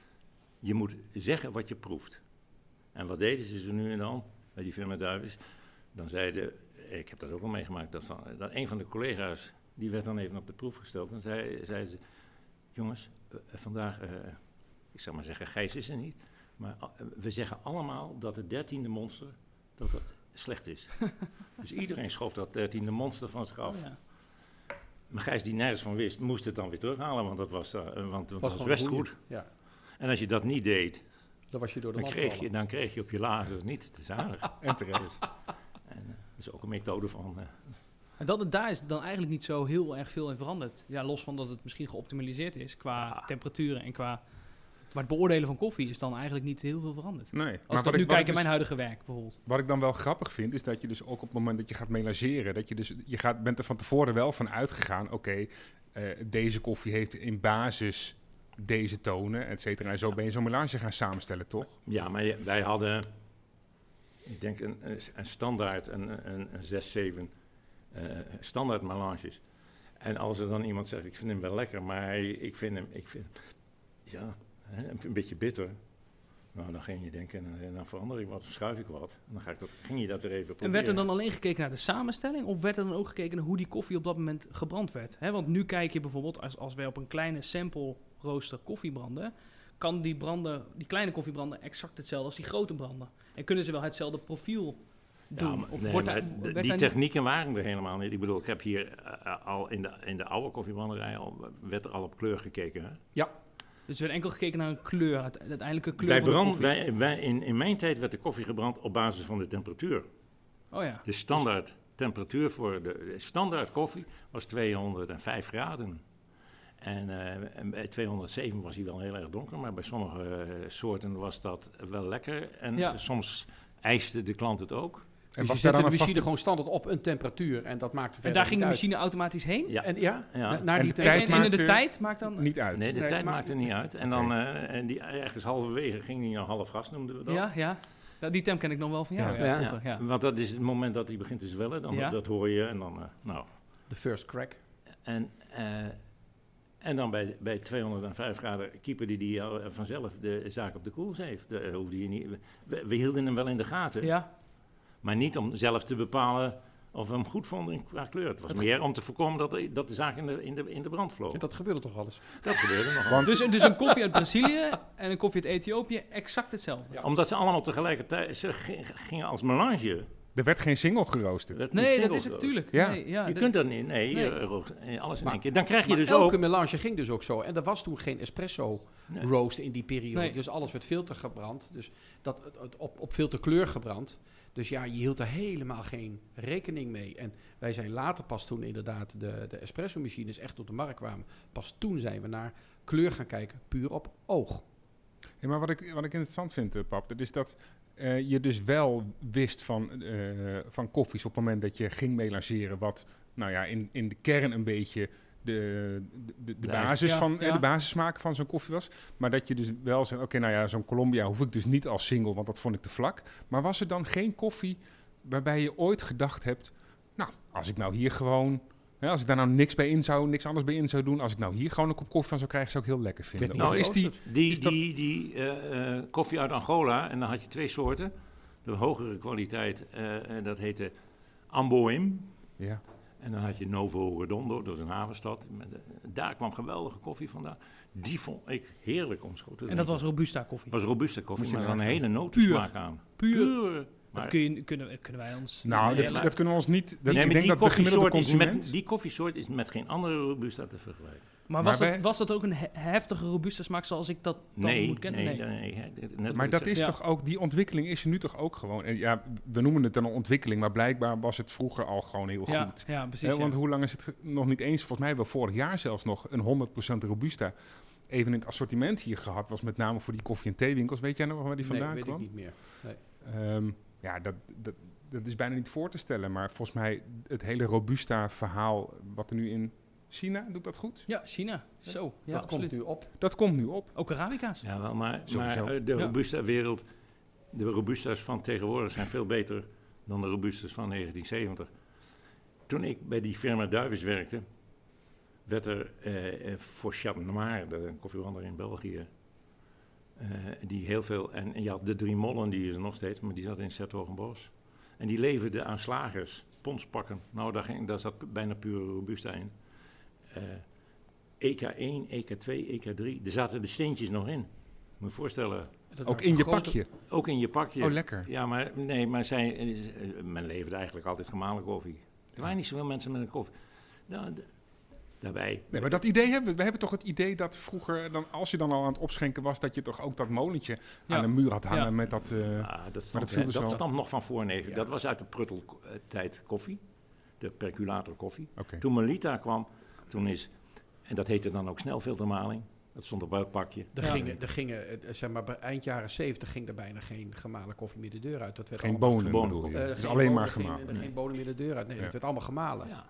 je moet zeggen wat je proeft. En wat deden ze zo nu en dan, bij die firma Duivis, dan zeiden, ik heb dat ook al meegemaakt, dat, van, dat een van de collega's, die werd dan even op de proef gesteld en zei, zeiden ze, jongens, eh, vandaag, eh, ik zou maar zeggen, Gijs is er niet, maar eh, we zeggen allemaal dat het dertiende monster, dat dat slecht is. Dus iedereen schoof dat dertiende monster van zich af. Oh, ja. Maar Gijs, die nergens van wist, moest het dan weer terughalen, want dat was, uh, want het was, gewoon best een goeie. goed. Ja, En als je dat niet deed, dan was je door de dan lamp kreeg, je, gevallen. dan kreeg je op je lager niet te zalig. En terecht. En uh, dat is ook een methode van... Uh, En dat, daar is dan eigenlijk niet zo heel erg veel in veranderd. Ja, los van dat het misschien geoptimaliseerd is qua Ah. temperaturen en qua... Maar het beoordelen van koffie is dan eigenlijk niet heel veel veranderd. Nee. Als Maar ik wat nu ik, wat, kijk ik in mijn dus, huidige werk bijvoorbeeld. wat ik dan wel grappig vind, is dat je dus ook op het moment dat je gaat melageren, dat je dus, je gaat, bent er van tevoren wel van uitgegaan, oké, eh, deze koffie heeft in basis deze tonen, et cetera. En zo ben je zo'n melange gaan samenstellen, toch? ja, maar je- wij hadden, ik denk een, een, een standaard, een, een, een zes, zeven uh, standaard melanges. En als er dan iemand zegt, ik vind hem wel lekker, maar hij- ik vind hem, ik vind, ja, hè, een beetje bitter. Nou, dan ging je denken, nou, dan verander ik wat, schuif ik wat. En dan ga ik dat, ging je dat weer even proberen. En werd er dan alleen gekeken naar de samenstelling? Of werd er dan ook gekeken naar hoe die koffie op dat moment gebrand werd? Hè, want nu kijk je bijvoorbeeld, als, als wij op een kleine sample rooster koffie branden, kan die, branden, die kleine koffie branden exact hetzelfde als die grote branden. En kunnen ze wel hetzelfde profiel doen? Ja, maar, Of nee, wordt maar daar- d- werd die daar niet- technieken waren er helemaal niet. Ik bedoel, ik heb hier uh, al in de, in de oude koffiebranderij al, werd er al op kleur gekeken. Hè? Dus er werd enkel gekeken naar een kleur, het, de uiteindelijke kleur Wij van de brand, koffie. wij, wij, in, in mijn tijd werd de koffie gebrand op basis van de temperatuur. Oh ja. De standaard temperatuur voor de, de standaard koffie was tweehonderdvijf graden. En, uh, en bij tweehonderdzeven was hij wel heel erg donker, maar bij sommige uh, soorten was dat wel lekker. En Ja. soms eiste de klant het ook. En Dus je was zette daar de dan een machine vaste... gewoon standaard op een temperatuur en dat maakte En verder daar ging de niet uit. machine automatisch heen? Ja. En ja, Ja. na- naar En die de En, tijd. tijd en, en de maakte- tijd maakt dan... Niet uit. Nee, de Nee, tijd maar- maakte niet uit. En, dan, uh, en die, ergens halverwege ging hij naar half gas, noemden we dat. Ja, ja. Ja, die term ken ik nog wel van jou. Ja. Ja, Ja. vroeger, ja. Want dat is het moment dat hij begint te zwellen, dan, Ja. dat hoor je. En dan, uh, nou. De first crack. En, uh, en dan bij, bij tweehonderdvijf graden kieperde die uh, vanzelf de zaak op de koelzeef. De, uh, hoefde je niet, we, we hielden hem wel in de gaten, Ja. maar niet om zelf te bepalen of we hem goed vonden qua kleur. Het was Het- meer om te voorkomen dat de, dat de zaak in de, in de, in de brand vloog. Ja, dat gebeurde toch alles? Dat gebeurde nog. Want Dus, dus een koffie uit Brazilië en een koffie uit Ethiopië, exact hetzelfde. Ja. Omdat ze allemaal tegelijkertijd, ze g- gingen als melange. er werd geen single geroosterd. werd Nee, niet dat single is het geroosterd. natuurlijk. Ja. Nee, ja, Je dat- kunt dat niet, nee, Nee. je roost, eh, alles in Maar- één keer. Dan krijg je Maar dus elke ook... melange ging dus ook zo. En er was toen geen espresso Nee. roast in die periode. Nee. Dus alles werd filter gebrand. Dus dat het, het op, op filterkleur gebrand. Dus ja, je hield er helemaal geen rekening mee. En wij zijn later pas toen inderdaad de, de espresso machines echt op de markt kwamen. Pas toen zijn we naar kleur gaan kijken, puur op oog. Ja, maar wat ik, wat ik interessant vind, uh, pap, dat is dat uh, je dus wel wist van, uh, van koffies op het moment dat je ging melangeren, wat nou ja, in, in de kern een beetje de, de, de, de Ja, basis ja, van ja. uh, de basissmaak van zo'n koffie was. Maar dat je dus wel zegt, oké, okay, nou ja, zo'n Colombia hoef ik dus niet als single, want dat vond ik te vlak. Maar was er dan geen koffie waarbij je ooit gedacht hebt, nou, als ik nou hier gewoon... Ja, als ik daar nou niks bij in zou, niks anders bij in zou doen, als ik nou hier gewoon een kop koffie van zou krijgen, zou ik heel lekker vinden. niet Of Nou, is die, Die, Is dat- die, die uh, uh, koffie uit Angola, en dan had je twee soorten. De hogere kwaliteit, uh, uh, dat heette Amboim. ja. En dan had je Novo Redondo, dat was een havenstad. Met, uh, daar kwam geweldige koffie vandaan. Die vond ik heerlijk om zo te En dat was Robusta koffie. was Robusta koffie, Moet je maar er zat een nagaan. hele notensmaak Puur. aan. Puur. Puur. Dat Maar- kun je, kunnen, kunnen wij ons... Nou, Nee, dat, maar- dat kunnen we ons niet... Dat, Nee, ik maar denk die dat de gemiddelde koffiesoort is consument... met, die koffiesoort is met geen andere Robusta te vergelijken. Maar Maar was, wij- dat, was dat ook een he- heftige Robusta smaak zoals ik dat dan Nee, moet kennen? nee, nee. nee, hè, dit- net wat Maar ik dat zeg. is Ja. toch ook... Die ontwikkeling is er nu toch ook gewoon... En ja, we noemen het dan een ontwikkeling, maar blijkbaar was het vroeger al gewoon heel Ja, goed. ja, precies. Hè, ja. want hoe lang is het ge- nog niet eens? Volgens mij wel vorig jaar zelfs nog een honderd procent Robusta even in het assortiment hier gehad was, met name voor die koffie- en theewinkels. Weet jij nog waar die vandaan nee, weet kwam? ik niet meer. Nee. Ehm, ja, dat, dat, dat is bijna niet voor te stellen. Maar volgens mij het hele Robusta-verhaal wat er nu in China, doet dat goed? Ja, China. Zo, ja, dat absoluut. komt nu op. Dat komt nu op. Ook Arabica's. Ja, wel, maar, Sowieso. maar eh, de Ja. Robusta-wereld, de Robusta's van tegenwoordig zijn veel beter dan de Robusta's van negentien zeventig. Toen ik bij die firma Duivis werkte, werd er eh, eh, voor Chat Noir, de koffiehandelaar in België, eh, die heel veel, en, en je had de Drie Mollen, die is er nog steeds, maar die zat in 's-Hertogenbosch. En die leverde aan slagers, ponspakken. Nou, daar, ging, daar zat bijna pure Robusta in. Eh, E K één, E K twee, E K drie, er zaten de steentjes nog in. Moet je je voorstellen, Dat Ook waren in je grote- pakje. ook in je pakje. Oh, lekker. Ja, maar nee, maar zij, eh, men leverde eigenlijk altijd gemalen koffie. Er waren niet zoveel mensen met een koffie. Nou, d- daarbij. Nee, maar dat idee hebben we. We hebben toch het idee dat vroeger, dan, als je dan al aan het opschenken was, dat je toch ook dat molentje Ja. aan de muur had hangen Ja. met dat... eh, Ah, dat stamt, viel hè, dus dat wel. stamt nog van voor negen. Ja. Dat was uit de prutteltijd koffie. De perculator koffie. Oké. Toen Melita kwam, toen is, en dat heette dan ook snelfiltermaling. Dat stond op elk pakje. Er Ja. gingen, er gingen eh, zeg maar, bij eind jaren zeventig ging er bijna geen gemalen koffie meer de deur uit. Dat werd Geen allemaal bonen, bonen. bedoel je? Eh, dus geen alleen bonen, maar geen- gemalen. Er Nee. geen bonen meer de deur uit. Nee, Ja. dat werd allemaal gemalen. Ja.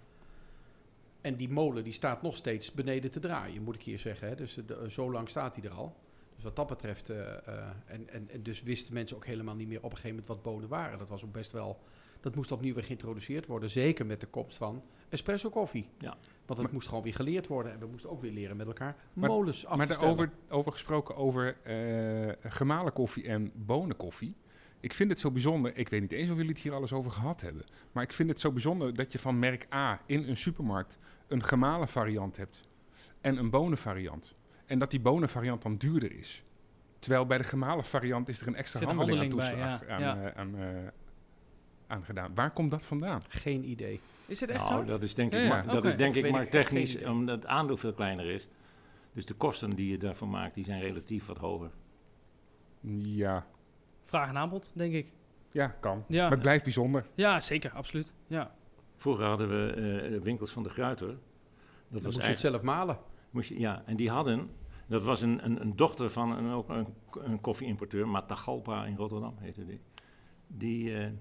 En die molen die staat nog steeds beneden te draaien, moet ik hier zeggen. Hè. Dus eh, de- zo lang staat hij er al. Dus wat dat betreft, eh, eh, en, en, en dus wisten mensen ook helemaal niet meer op een gegeven moment wat bonen waren. Dat was ook best wel, dat moest opnieuw weer geïntroduceerd worden. Zeker met de komst van espresso koffie. Ja. Want het moest gewoon weer geleerd worden. En we moesten ook weer leren met elkaar Maar- molens af Maar te stellen. daarover over gesproken over eh, gemalen koffie en bonenkoffie. Ik vind het zo bijzonder, ik weet niet eens of jullie het hier alles over gehad hebben. Maar ik vind het zo bijzonder dat je van merk A in een supermarkt een gemalen variant hebt en een bonenvariant. En dat die bonenvariant dan duurder is. Terwijl bij de gemalen variant is er een extra Zit een handeling, handeling aan, bij, toeslag, ja. aan, Ja. eh, aan, eh, aan gedaan. Waar komt dat vandaan? Geen idee. Is het echt Nou, zo? dat is denk Ja, ik, ja. maar, dat Oké. is denk ik Weet maar ik echt technisch, geen idee. omdat het aandeel veel kleiner is. Dus de kosten die je daarvan maakt, die zijn relatief wat hoger. Ja, Vraag en aanbod, denk ik. ja kan. Ja, Maar het blijft bijzonder. ja zeker, absoluut. Ja. Vroeger hadden we eh, winkels van de Gruiter. Dat Dan was moest je het eigenlijk, zelf malen. moest je, ja, en die hadden, dat was een, een, een dochter van een, ook een, een koffieimporteur, Matagalpa in Rotterdam heette die. Die, eh,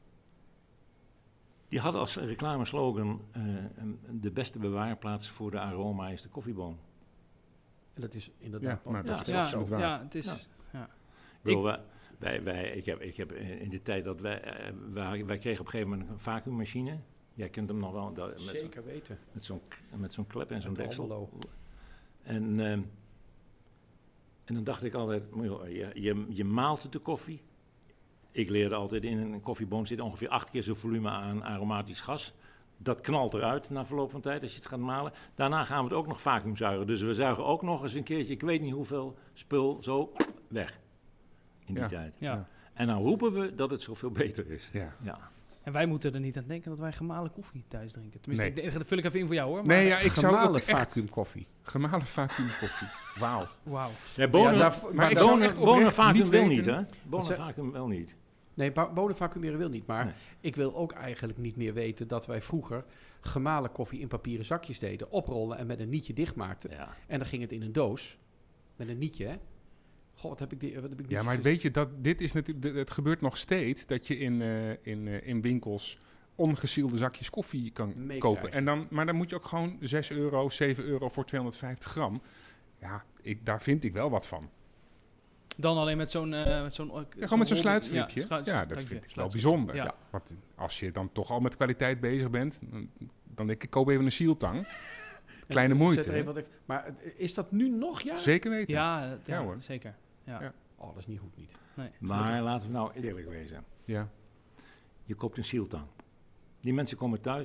die hadden als reclameslogan, eh, een- de beste bewaarplaats voor de aroma is de koffieboon. En dat is inderdaad Ja, nog- maar dat nog is Ja, absoluut waar. ja, het is... Ja. Ja. Ik bedoel, wij, wij, wij, ik heb, ik heb in de tijd dat wij, eh, wij, wij kregen op een gegeven moment een vacuümmachine. Jij kent hem nog wel, dat, met, zo'n- Zeker weten. met zo'n met zo'n klep en zo'n Met de deksel. Almelo. En, ehm, en dan dacht ik altijd, maar joh, je, je, je maalt de koffie. Ik leerde altijd, in een koffieboon zit ongeveer acht keer zo'n volume aan aromatisch gas. Dat knalt eruit na verloop van tijd als je het gaat malen. Daarna gaan we het ook nog vacuümzuigen. Dus we zuigen ook nog eens een keertje, ik weet niet hoeveel spul, zo weg. In die Ja. tijd. Ja. Ja. En dan roepen we dat het zoveel beter is. Ja. Ja. En wij moeten er niet aan denken dat wij gemalen koffie thuis drinken. Tenminste, Nee. ik, dat vul ik even in voor jou hoor. Maar, Nee, ja, ik zou ook Gemalen echt... vacuümkoffie. Gemalen vacuümkoffie. Wauw. Wauw. Nee, bonen, Ja, daar- maar maar ik daar- zou bonen, echt oprecht bonen vacuüm niet wel weten- niet, hè? Wat Bonen ze- vacuüm wel niet. Nee, ba- bonen vacuümeren wil niet. Maar Nee. ik wil ook eigenlijk niet meer weten dat wij vroeger gemalen koffie in papieren zakjes deden. Oprollen en met een nietje dichtmaakten. Ja. En dan ging het in een doos. Met een nietje, hè. Goh, wat heb ik, die, wat heb ik Ja, niet maar gez- weet je, dat, dit is natuurlijk, het gebeurt nog steeds dat je in, eh, in, eh, in winkels ongesielde zakjes koffie kan Meekrijgen. kopen. En dan, maar dan moet je ook gewoon zes euro, zeven euro voor tweehonderdvijftig gram. Ja, ik, daar vind ik wel wat van. Dan alleen met zo'n... eh, met zo'n Ja, gewoon met zo'n ronde- sluitstripje. Ja, Ja, sluit- dat sluitje, vind ik wel sluitstrip. bijzonder. Ja. Want als je dan toch al met kwaliteit bezig bent, dan, dan denk ik, ik koop even een sieltang. Kleine Ja, moeite. zet er even wat ik- maar eh, is dat nu nog, ja? Zeker weten. Ja, ja, Ja, hoor. zeker. Ja. Ja. Oh, dat is niet goed niet. Nee. Maar laten we nou eerlijk wezen. Ja. Je koopt een sieltang. Die mensen komen thuis.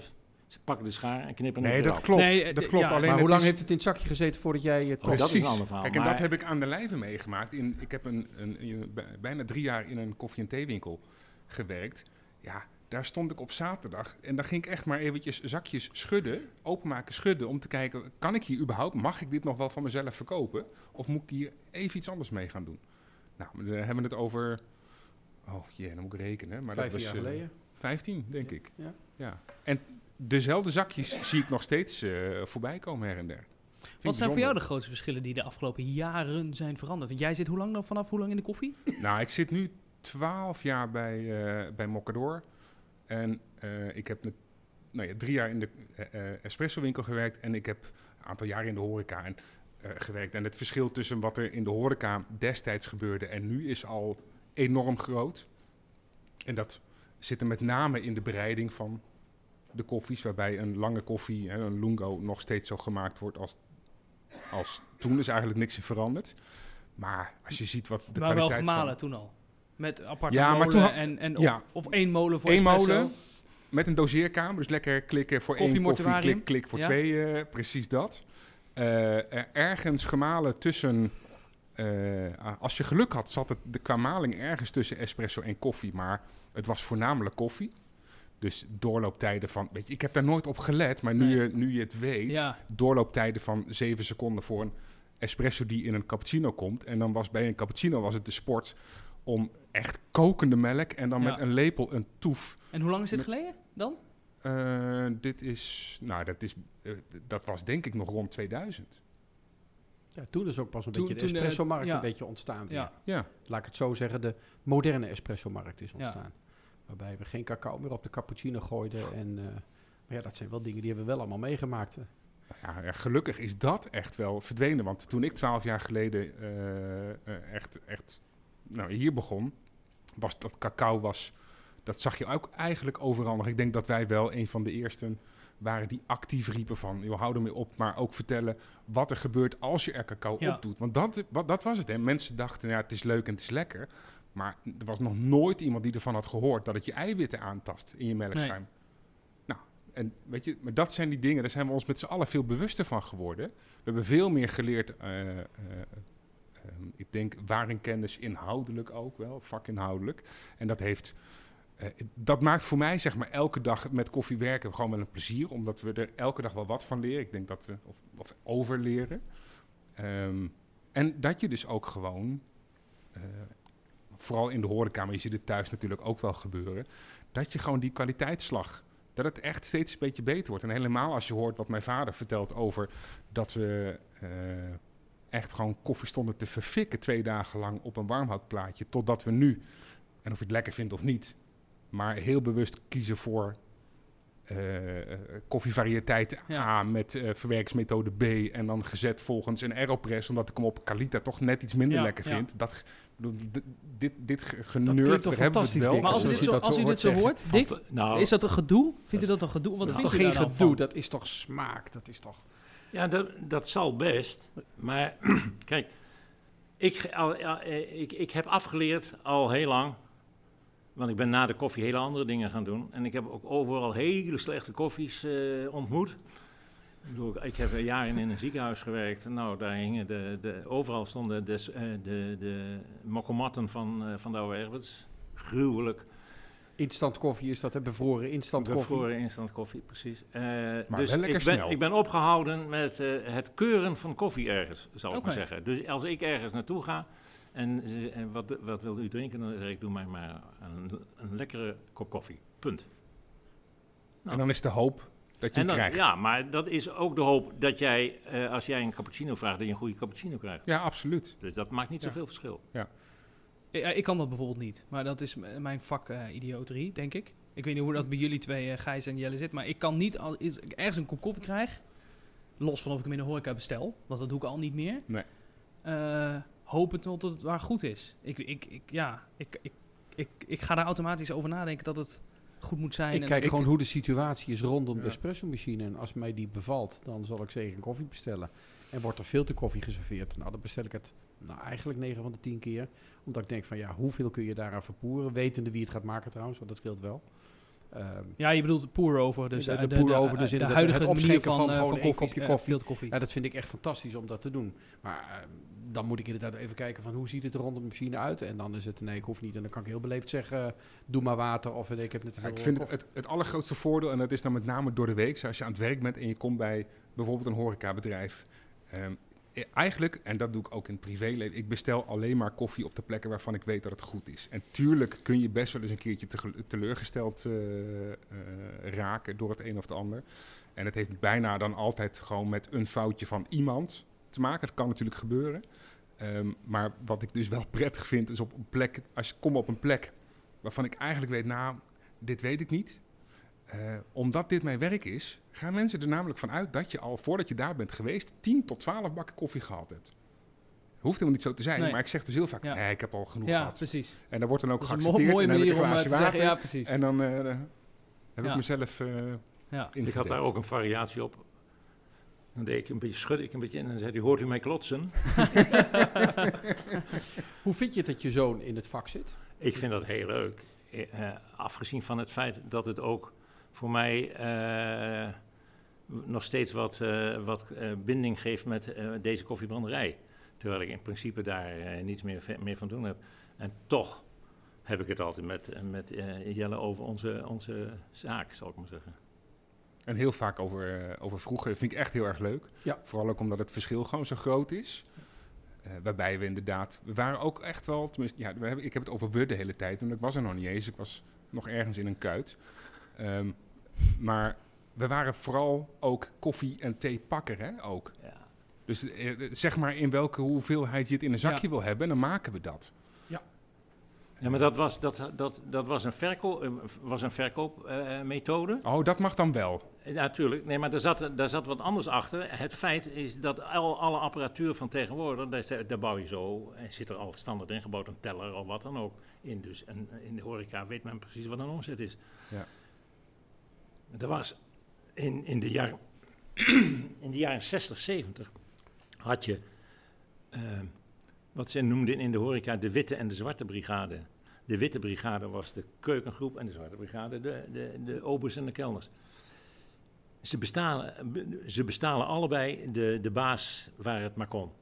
Ze pakken de schaar en knippen Nee, het dat eraf. klopt. Nee, eh, dat d- klopt. ja, Alleen Maar het hoe lang is- heeft het in het zakje gezeten voordat jij het kocht? Oh, dat is een Precies. ander verhaal. Kijk, en maar- dat heb ik aan de lijve meegemaakt. In, ik heb een, een, een- bij- bijna drie jaar in een koffie- en theewinkel gewerkt. Ja, daar stond ik op zaterdag en dan ging ik echt maar eventjes zakjes schudden, openmaken, schudden, om te kijken, kan ik hier überhaupt, mag ik dit nog wel van mezelf verkopen? Of moet ik hier even iets anders mee gaan doen? Nou, dan hebben we het over, oh jee, dan moet ik rekenen. Maar Vijftien dat was jaar eh, geleden. vijftien, denk ik. Ja. Ja. En dezelfde zakjes zie ik nog steeds eh, voorbij komen her en der. Vind ik Wat zijn voor jou bijzonder. de grootste verschillen die de afgelopen jaren zijn veranderd? Want jij zit hoe lang dan vanaf hoe lang in de koffie? Nou, ik zit nu twaalf jaar bij, uh, bij Mocador. En uh, ik heb met, nou ja, drie jaar in de uh, espresso winkel gewerkt. En ik heb een aantal jaren in de horeca en, uh, gewerkt. En het verschil tussen wat er in de horeca destijds gebeurde en nu is al enorm groot. En dat zit er met name in de bereiding van de koffies. Waarbij een lange koffie, hè, een lungo, nog steeds zo gemaakt wordt als, als toen. Is eigenlijk niks in veranderd. Maar als je ziet wat de Maar wel kwaliteit gemalen van... toen al. Met aparte Ja, maar molen toen ha- en, en of, ja. of één molen voor Eén espresso. molen met een doseerkamer. Dus lekker klikken voor Koffie één koffie, mortuarium. klik, klik voor Ja. twee. Uh, precies dat. Uh, er ergens gemalen tussen... Uh, als je geluk had, zat het de qua maling ergens tussen espresso en koffie. Maar het was voornamelijk koffie. Dus doorlooptijden van... Weet je, ik heb daar nooit op gelet, maar nu, Nee. je, nu je het weet... Ja, doorlooptijden van zeven seconden voor een espresso die in een cappuccino komt. En dan was bij een cappuccino was het de sport om echt kokende melk en dan Ja. met een lepel een toef. en hoe lang is dit Met- geleden dan? Uh, dit is, nou dat is, uh, dat was denk ik nog rond tweeduizend. Ja, toen is ook pas een Toen- beetje de toen de- espresso-markt ja. een beetje ontstaan. weer. Ja. Ja, Laat ik het zo zeggen, de moderne espresso-markt is Ja. ontstaan. Waarbij we geen cacao meer op de cappuccino gooiden. En, uh, maar ja, dat zijn wel dingen die hebben we wel allemaal meegemaakt. ja, ja, gelukkig is dat echt wel verdwenen. Want toen ik twaalf jaar geleden uh, uh, echt, echt nou, hier begon, was dat cacao was... Dat zag je ook eigenlijk overal nog. Ik denk dat wij wel een van de eersten waren die actief riepen van... joh, hou ermee op, maar ook vertellen wat er gebeurt als je er cacao Ja. op doet. Want dat, wat, dat was het. Hè. Mensen dachten, ja, het is leuk en het is lekker. Maar er was nog nooit iemand die ervan had gehoord... dat het je eiwitten aantast in je melkschuim. Nou, en weet je, maar dat zijn die dingen... daar zijn we ons met z'n allen veel bewuster van geworden. We hebben veel meer geleerd... Uh, uh, um, ik denk waarinkennis inhoudelijk ook wel, vakinhoudelijk. En dat heeft... Uh, dat maakt voor mij, zeg maar, elke dag met koffie werken gewoon wel een plezier. Omdat we er elke dag wel wat van leren. Ik denk dat we, of, of overleren. Um, en dat je dus ook gewoon, uh, vooral in de horeca, maar je ziet het thuis natuurlijk ook wel gebeuren. Dat je gewoon die kwaliteitsslag, dat het echt steeds een beetje beter wordt. En helemaal als je hoort wat mijn vader vertelt over dat we uh, echt gewoon koffie stonden te verfikken twee dagen lang op een warmhoutplaatje. Totdat we nu, en of je het lekker vindt of niet, maar heel bewust kiezen voor uh, uh, koffievariëteit Ja. A met uh, verwerkingsmethode B en dan gezet volgens een Aeropress, omdat ik hem op Calita toch net iets minder Ja, lekker ja. vind. Dat, bedoel, d- dit, dit ge- klinkt geneurd, toch daar hebben we het fantastisch, wel. Dick, Maar als u als dit u zo, dat als u hoort dit zo zeggen. hoort, Dick, Van- nou, is dat een gedoe? Vindt u dat een gedoe? Wat Dat is vindt toch u geen daar dan gedoe, van? dat is toch smaak, dat is toch... Ja, dat, dat zal best. Maar kijk, ik, al, ja, eh, ik, ik heb afgeleerd al heel lang. Want ik ben na de koffie hele andere dingen gaan doen. En ik heb ook overal hele slechte koffies uh, ontmoet. Ik, bedoel, ik heb jaren in een ziekenhuis gewerkt. Nou, daar hingen de, de, overal stonden des, uh, de, de mokkomatten van, uh, van de oude Herberts. Gruwelijk. Instant koffie is dat, hè? Bevroren instant koffie. Bevroren instant koffie, precies. Uh, Maar dus wel lekker ik ben, snel. ik ben opgehouden met uh, het keuren van koffie ergens, zal ik Oké. maar zeggen. Dus als ik ergens naartoe ga en, ze, en wat, wat wil u drinken, dan zeg ik, doe mij maar een, een lekkere kop koffie. Punt. En dan is de hoop dat je En hem dan, krijgt. ja, maar dat is ook de hoop dat jij, uh, als jij een cappuccino vraagt, dat je een goede cappuccino krijgt. Ja, absoluut. Dus dat maakt niet Ja. zoveel verschil. Ja, ik kan dat bijvoorbeeld niet. Maar dat is m- mijn vak uh, idioterie, denk ik. Ik weet niet hoe dat bij jullie twee, uh, Gijs en Jelle, zit. Maar ik kan niet, als ik ergens een kop koffie krijg, los van of ik hem in de horeca bestel, want dat doe ik al niet meer, Nee. uh, hopen tot het waar goed is. Ik, ik, ik, ja, ik, ik, ik, ik ga daar automatisch over nadenken dat het goed moet zijn. Ik en kijk ik- gewoon hoe de situatie is rondom Ja. de espresso-machine. En als mij die bevalt, dan zal ik zeker een koffie bestellen. En wordt er filterkoffie geserveerd, nou dan bestel ik het nou, eigenlijk negen van de tien keer. Omdat ik denk van ja, hoeveel kun je daaraan verpoeren? Wetende wie het gaat maken trouwens, want dat scheelt wel. Um, Ja, je bedoelt de pour-over. Dus de, de, de pour-over, de, dus de, de inderdaad huidige het manier opschenken van, van uh, gewoon van één koffie, kopje uh, koffie. filterkoffie. Ja, dat vind ik echt fantastisch om dat te doen. Maar uh, dan moet ik inderdaad even kijken van hoe ziet het er rond de machine uit. En dan is het, nee, ik hoef niet. En dan kan ik heel beleefd zeggen, uh, doe maar water. Of ik heb net te Ja, veel ik vind het, koffie. het, het allergrootste voordeel, en dat is dan met name door de week, als je aan het werk bent en je komt bij bijvoorbeeld een horecabedrijf. Um, eigenlijk, en dat doe ik ook in het privéleven, ik bestel alleen maar koffie op de plekken waarvan ik weet dat het goed is. En tuurlijk kun je best wel eens een keertje te, teleurgesteld uh, uh, raken door het een of het ander. En het heeft bijna dan altijd gewoon met een foutje van iemand te maken. Dat kan natuurlijk gebeuren. Um, maar wat ik dus wel prettig vind, is op een plek, als je komt op een plek waarvan ik eigenlijk weet, nou, dit weet ik niet. Uh, omdat dit mijn werk is, gaan mensen er namelijk van uit dat je al voordat je daar bent geweest tien tot twaalf bakken koffie gehad hebt. Hoeft helemaal niet zo te zijn, Nee. maar ik zeg dus heel vaak, Ja. nee, ik heb al genoeg Ja, gehad. precies. En dan wordt dan ook Dat is een geaccepteerd mo- mooie en dan heb ik manier een om uh, glaasje te water. zeggen. Ja, precies. En dan uh, heb Ja. ik mezelf uh, Ja. Ik had daar ook een variatie op. Dan deed ik een beetje, schudde ik een beetje en dan zei hij, hoort u mij klotsen? Hoe vind je het dat je zoon in het vak zit? Ik vind dat heel leuk. Uh, afgezien van het feit dat het ook voor mij uh, nog steeds wat, uh, wat uh, binding geeft met uh, deze koffiebranderij. Terwijl ik in principe daar uh, niets meer, meer van doen heb. En toch heb ik het altijd met, uh, met uh, Jelle over onze, onze zaak, zal ik maar zeggen. En heel vaak over, uh, over vroeger, dat vind ik echt heel erg leuk. Ja. Vooral ook omdat het verschil gewoon zo groot is. Uh, waarbij we inderdaad, we waren ook echt wel, tenminste, ja, we hebben, ik heb het over we de hele tijd. En ik was er nog niet eens, ik was nog ergens in een kuit. Um, maar we waren vooral ook koffie- en theepakker, hè, ook. Ja. Dus uh, zeg maar in welke hoeveelheid je het in een zakje Ja. wil hebben, dan maken we dat. Ja, maar dat was, dat, dat, dat was een, verkoop, was een verkoopmethode. Oh, dat mag dan wel. Ja, natuurlijk. Nee, maar daar zat, daar zat wat anders achter. Het feit is dat al, alle apparatuur van tegenwoordig, daar, is- daar bouw je zo, en zit er al standaard ingebouwd, een teller of wat dan ook in. Dus en in de horeca weet men precies wat een omzet is. Ja. Er was in, in, de jaren, in de jaren zestig, zeventig had je, uh, wat ze noemden in de horeca, de witte en de zwarte brigade. De witte brigade was de keukengroep en de zwarte brigade de, de, de obers en de kelners. Ze bestalen, ze bestalen allebei de, de baas waar het maar kon.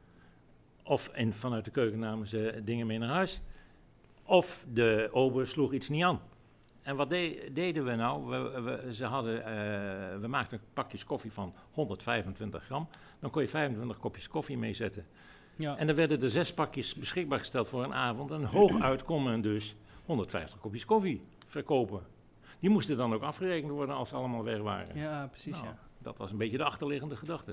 Of en vanuit de keuken namen ze dingen mee naar huis. Of de ober sloeg iets niet aan. En wat de, deden we nou? We, we, ze hadden, uh, we maakten pakjes koffie van honderdvijfentwintig gram. Dan kon je vijfentwintig kopjes koffie meezetten. Ja. En dan werden er zes pakjes beschikbaar gesteld voor een avond. En hooguit kon men dus honderdvijftig kopjes koffie verkopen. Die moesten dan ook afgerekend worden als ze allemaal weg waren. ja, precies. Nou, Ja. Dat was een beetje de achterliggende gedachte.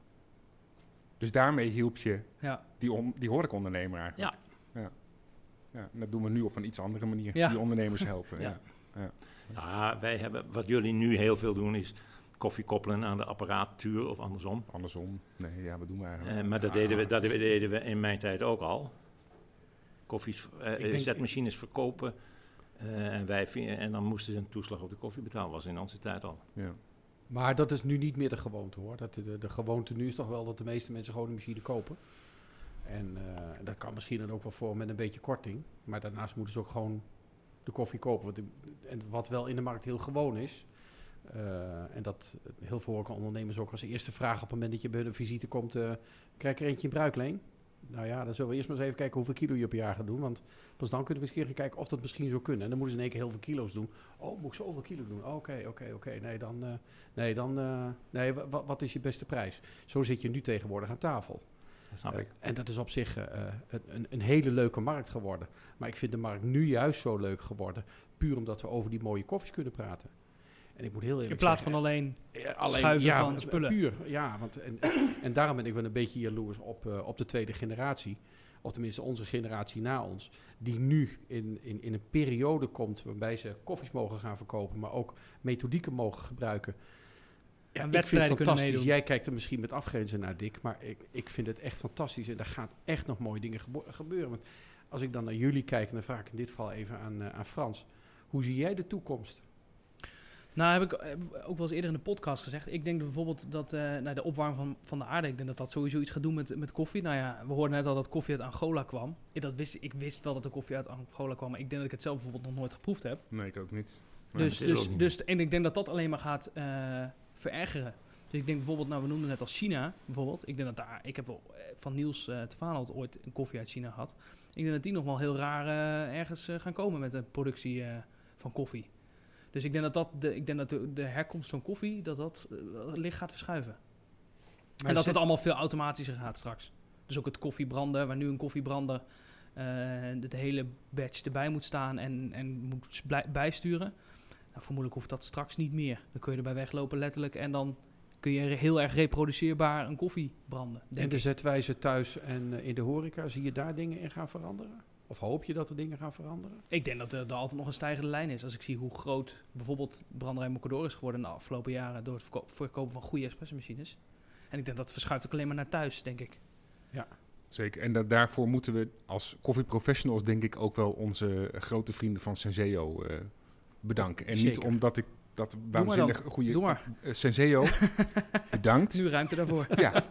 Dus daarmee hielp je Ja. die, on, die horecaondernemer eigenlijk. Ja. Ja. Ja, en dat doen we nu op een iets andere manier. Ja. Die ondernemers helpen. Ja. ja. Nou, wij hebben, wat jullie nu heel veel doen is koffie koppelen aan de apparatuur of andersom. Andersom. Nee, ja, wat doen we eigenlijk? Eh, maar dat Ja. deden, we, dat deden we in mijn tijd ook al. Koffies, eh, Ik denk- zetmachines verkopen. eh, en, wij, vi- en dan moesten ze een toeslag op de koffie betalen. Was in onze tijd al. Ja. Maar dat is nu niet meer de gewoonte hoor. Dat de, de gewoonte nu is toch wel dat de meeste mensen gewoon een machine kopen. En uh, dat kan misschien dan ook wel voor met een beetje korting. Maar daarnaast moeten ze ook gewoon de koffie kopen. Wat, en wat wel in de markt heel gewoon is. Uh, en dat heel veel ondernemers ook als eerste vraag op het moment dat je bij hun visite komt. Uh, krijg ik er eentje in bruikleen? Nou ja, dan zullen we eerst maar eens even kijken hoeveel kilo je per jaar gaat doen. Want pas dan kunnen we eens een keer gaan kijken of dat misschien zou kunnen. En dan moeten ze in één keer heel veel kilo's doen. Oh, moet ik zoveel kilo doen? Oké, okay, oké, okay, oké. Okay. Nee, dan... Uh, nee, dan uh, nee, w- wat is je beste prijs? Zo zit je nu tegenwoordig aan tafel. Dat snap Uh, ik. en dat is op zich uh, een, een hele leuke markt geworden. Maar ik vind de markt nu juist zo leuk geworden. Puur omdat we over die mooie koffies kunnen praten. En ik moet heel eerlijk In plaats zeggen, van alleen, ja, alleen schuiven ja, van spullen. Puur, ja. Want, en, en daarom ben ik wel een beetje jaloers op, uh, op de tweede generatie. Of tenminste onze generatie na ons. Die nu in, in, in een periode komt waarbij ze koffies mogen gaan verkopen. Maar ook methodieken mogen gebruiken. Ja, en ik vind wedstrijden het kunnen fantastisch. meedoen. Jij kijkt er misschien met afgrenzen naar, Dick. Maar ik, ik vind het echt fantastisch. En daar gaan echt nog mooie dingen gebo- gebeuren. Want als ik dan naar jullie kijk, en dan vraag ik in dit geval even aan, uh, aan Frans. Hoe zie jij de toekomst? Nou, heb ik eh, ook wel eens eerder in de podcast gezegd. Ik denk bijvoorbeeld dat uh, nou, de opwarming van, van de aarde, ik denk dat dat sowieso iets gaat doen met, met koffie. Nou ja, we hoorden net al dat koffie uit Angola kwam. Ik, dat wist, ik wist wel dat de koffie uit Angola kwam, maar ik denk dat ik het zelf bijvoorbeeld nog nooit geproefd heb. Nee, ik ook niet. Dus, dat is ook dus, niet. dus, en ik denk dat dat alleen maar gaat uh, verergeren. Dus ik denk bijvoorbeeld, nou we noemden net als China bijvoorbeeld. Ik denk dat daar, ik heb wel van Niels uh, Tefano ooit een koffie uit China gehad. Ik denk dat die nog wel heel raar uh, ergens uh, gaan komen met de productie uh, van koffie. Dus ik denk dat, dat de, ik denk dat de, de herkomst van koffie, dat dat uh, licht gaat verschuiven. Maar en dat zit... het allemaal veel automatischer gaat straks. Dus ook het koffiebranden, waar nu een koffiebrander uh, de, de hele batch erbij moet staan en, en moet blij, bijsturen. Nou, vermoedelijk hoeft dat straks niet meer. Dan kun je erbij weglopen letterlijk en dan kun je heel erg reproduceerbaar een koffie branden. En de zetwijze thuis en uh, in de horeca, zie je daar dingen in gaan veranderen? Of hoop je dat er dingen gaan veranderen? Ik denk dat er, er altijd nog een stijgende lijn is. Als ik zie hoe groot bijvoorbeeld Branderij Mocador is geworden in de afgelopen jaren door het verko- verkopen van goede espressomachines. En ik denk dat verschuift ook alleen maar naar thuis, denk ik. Ja, zeker. En dat, daarvoor moeten we als koffieprofessionals denk ik ook wel onze grote vrienden van Senseo uh, bedanken. En zeker. Niet omdat ik dat waanzinnig goede... Doe maar. Uh, Senseo, bedankt. Nu ruimte daarvoor. Ja.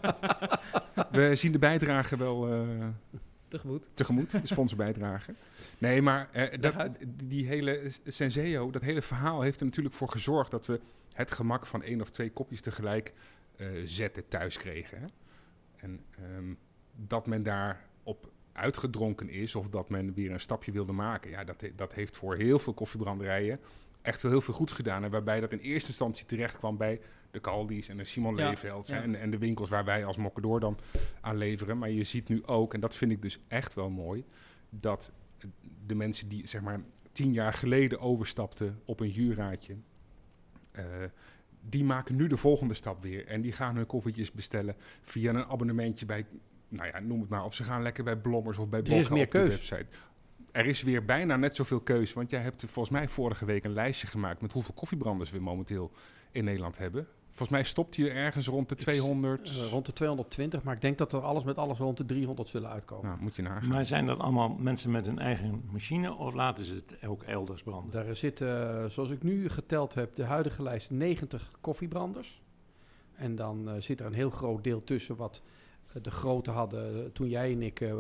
We zien de bijdrage wel... Uh, Tegemoet. Tegemoet, de sponsorbijdrage. Nee, maar uh, dat, die hele Senseo, dat hele verhaal heeft er natuurlijk voor gezorgd dat we het gemak van één of twee kopjes tegelijk uh, zetten thuis kregen. Hè? En um, dat men daarop uitgedronken is of dat men weer een stapje wilde maken, ja, dat, he- dat heeft voor heel veel koffiebranderijen echt wel heel veel goeds gedaan. En waarbij dat in eerste instantie terecht kwam bij de Caldi's en de Simon Ja, Leevelds ja. en, en de winkels waar wij als Mocador dan aan leveren. Maar je ziet nu ook, en dat vind ik dus echt wel mooi, dat de mensen die zeg maar tien jaar geleden overstapten op een Juraatje, uh, die maken nu de volgende stap weer. En die gaan hun koffietjes bestellen via een abonnementje bij, nou ja, noem het maar. Of ze gaan lekker bij Blommers of bij Er is Bokka meer op de keus. website. Er is weer bijna net zoveel keus. Want jij hebt volgens mij vorige week een lijstje gemaakt met hoeveel koffiebranders we momenteel in Nederland hebben. Volgens mij stopt je ergens rond de tweehonderd. Uh, rond de tweehonderdtwintig, maar ik denk dat er alles met alles rond de driehonderd zullen uitkomen. Nou, moet je nagaan. Maar zijn dat allemaal mensen met een eigen machine of laten ze het ook elders branden? Daar zitten, uh, zoals ik nu geteld heb, de huidige lijst negentig koffiebranders. En dan uh, zit er een heel groot deel tussen wat uh, de grote hadden uh, toen jij en ik uh,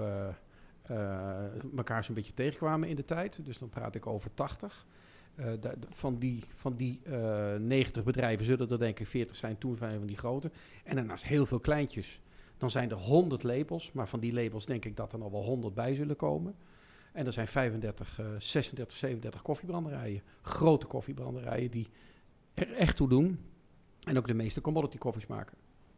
uh, elkaar zo'n beetje tegenkwamen in de tijd. Dus dan praat ik over tachtig. Uh, de, de, van die, van die uh, negentig bedrijven zullen er denk ik veertig zijn, toen vijf van die grote. En daarnaast heel veel kleintjes. Dan zijn er honderd labels, maar van die labels denk ik dat er nog wel honderd bij zullen komen. En er zijn vijfendertig, uh, zesendertig, zevenendertig koffiebranderijen. Grote koffiebranderijen die er echt toe doen. En ook de meeste commodity koffies maken.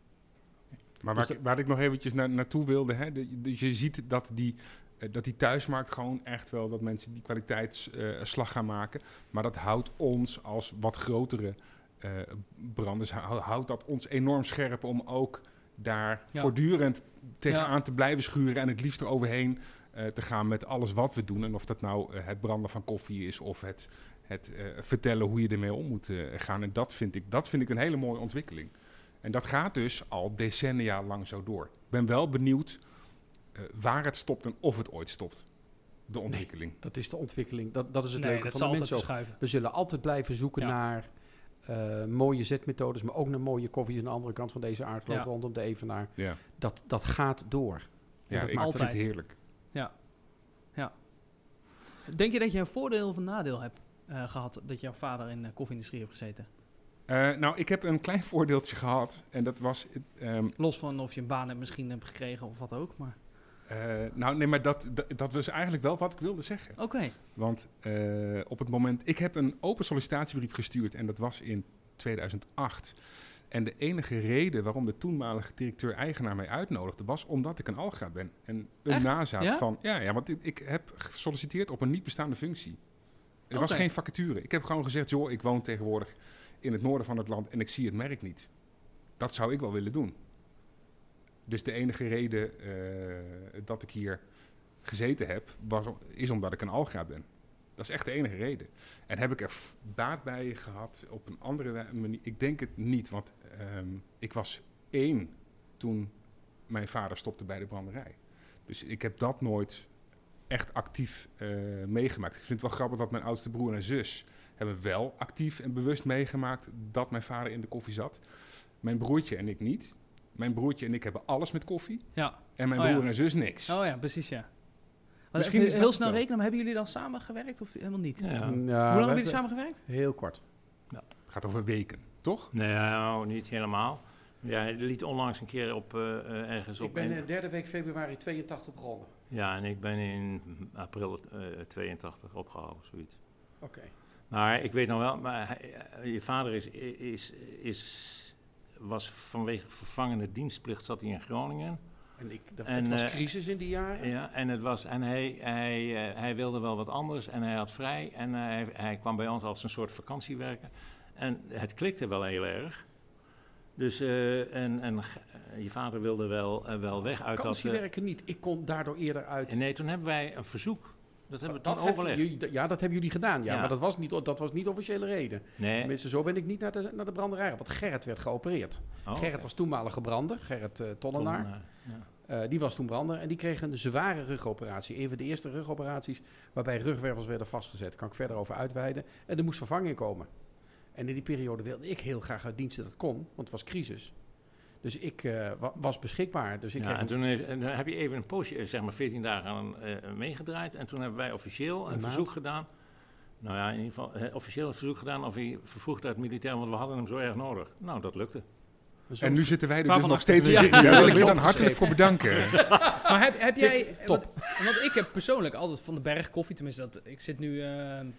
Maar dus waar, ik, waar ik nog eventjes na, naartoe wilde, hè, de, dus je ziet dat die, uh, dat die thuismarkt gewoon echt wel, dat mensen die kwaliteitsslag uh, gaan maken. Maar dat houdt ons als wat grotere uh, branders, hou, houdt dat ons enorm scherp om ook daar Ja. voortdurend tegenaan Ja. te blijven schuren en het liefst eroverheen uh, te gaan met alles wat we doen. En of dat nou uh, het branden van koffie is of het, het uh, vertellen hoe je ermee om moet uh, gaan. En dat vind, ik, dat vind ik een hele mooie ontwikkeling. En dat gaat dus al decennia lang zo door. Ik ben wel benieuwd uh, waar het stopt en of het ooit stopt. De ontwikkeling. Nee, dat is de ontwikkeling. Dat, dat is het Nee, leuke dat van zal de altijd mensen ook. verschuiven. We zullen altijd blijven zoeken Ja. naar uh, mooie zetmethodes, maar ook naar mooie koffies aan de andere kant van deze aardklot Ja. rondom de Evenaar. Ja, Dat, dat gaat door. En ja dat ik maakt vind het altijd. heerlijk. Denk je dat je een voordeel of een nadeel hebt uh, gehad dat jouw vader in de koffie-industrie heeft gezeten? Uh, nou, ik heb een klein voordeeltje gehad. En dat was... Um, Los van of je een baan hebt misschien hebt gekregen of wat ook, maar... uh, nou, nee, maar dat, dat, dat was eigenlijk wel wat ik wilde zeggen. Oké. Okay. Want uh, op het moment... Ik heb een open sollicitatiebrief gestuurd en dat was in tweeduizend acht. En de enige reden waarom de toenmalige directeur-eigenaar mij uitnodigde was omdat ik een alga ben. En een Echt? nazaat Ja? van... Ja, ja, want ik, ik heb gesolliciteerd op een niet bestaande functie. Er Oké. was geen vacature. Ik heb gewoon gezegd, joh, ik woon tegenwoordig in het noorden van het land en ik zie het merk niet. Dat zou ik wel willen doen. Dus de enige reden uh, dat ik hier gezeten heb, was, is omdat ik een alga ben. Dat is echt de enige reden. En heb ik er f- baat bij gehad op een andere manier? Ik denk het niet, want um, ik was één toen mijn vader stopte bij de branderij. Dus ik heb dat nooit echt actief uh, meegemaakt. Ik vind het wel grappig dat mijn oudste broer en zus hebben wel actief en bewust meegemaakt dat mijn vader in de koffie zat. Mijn broertje en ik niet. Mijn broertje en ik hebben alles met koffie. Ja. En mijn Oh, broer ja. en zus niks. Oh ja, precies ja. Misschien even is heel dat snel wel. rekenen, maar hebben jullie dan samengewerkt of helemaal niet? Ja. Nou, Hoe lang we hebben jullie hebben- samengewerkt? Heel kort. Het gaat over weken, toch? Nee, nou, niet helemaal. Ja, hij liet onlangs een keer op uh, uh, ergens op... Ik ben een- in de derde week februari tweeëntachtig begonnen. Ja, en ik ben in april uh, tweeëntachtig opgehouden, zoiets. Oké. Maar ik weet nog wel, maar hij, uh, je vader is, is, is, was vanwege vervangende dienstplicht zat hij in Groningen. En ik, dat, En, het was eh, crisis in die jaren. Ja, en, het was, en hij, hij, uh, hij wilde wel wat anders en hij had vrij. En uh, hij, hij kwam bij ons als een soort vakantiewerker. En het klikte wel heel erg. Dus, uh, en, en uh, je vader wilde wel, uh, wel weg uit dat... Vakantiewerken niet. Ik kon daardoor eerder uit. Uh, nee, toen hebben wij een verzoek. Dat hebben we dat toen heb overlegd. jullie- ja, dat hebben jullie gedaan. Ja, Ja. maar dat was niet, dat was niet officiële reden. Nee. Tenminste, zo ben ik niet naar de, naar de branderij. Want Gerrit werd geopereerd. Oh, Gerrit was toenmalige brander. Gerrit uh, Tollenaar. Tollenaar, ja. Uh, die was toen brander. En die kreeg een zware rugoperatie. Een van de eerste rugoperaties waarbij rugwervels werden vastgezet. Daar kan ik verder over uitweiden. En er moest vervanging komen. En in die periode wilde ik heel graag uit diensten dat het kon. Want het was crisis. Dus ik uh, wa- was beschikbaar. Dus ik Ja, kreeg en een- toen heeft, en dan heb je even een poosje, eh, zeg maar veertien dagen aan, uh, meegedraaid. En toen hebben wij officieel een, Een verzoek maand. gedaan. Nou ja, in ieder geval uh, officieel een verzoek gedaan of hij vervroegd uit militair, want we hadden hem zo erg nodig. Nou, dat lukte. zo- En nu zitten wij er dus Waarvan nog af- steeds in. Ja. Daar wil ik je dan Opgeschreven. hartelijk voor bedanken. Maar heb, heb jij... top. Want, want ik heb persoonlijk altijd Van den Berg koffie, tenminste, dat, ik zit nu... Uh,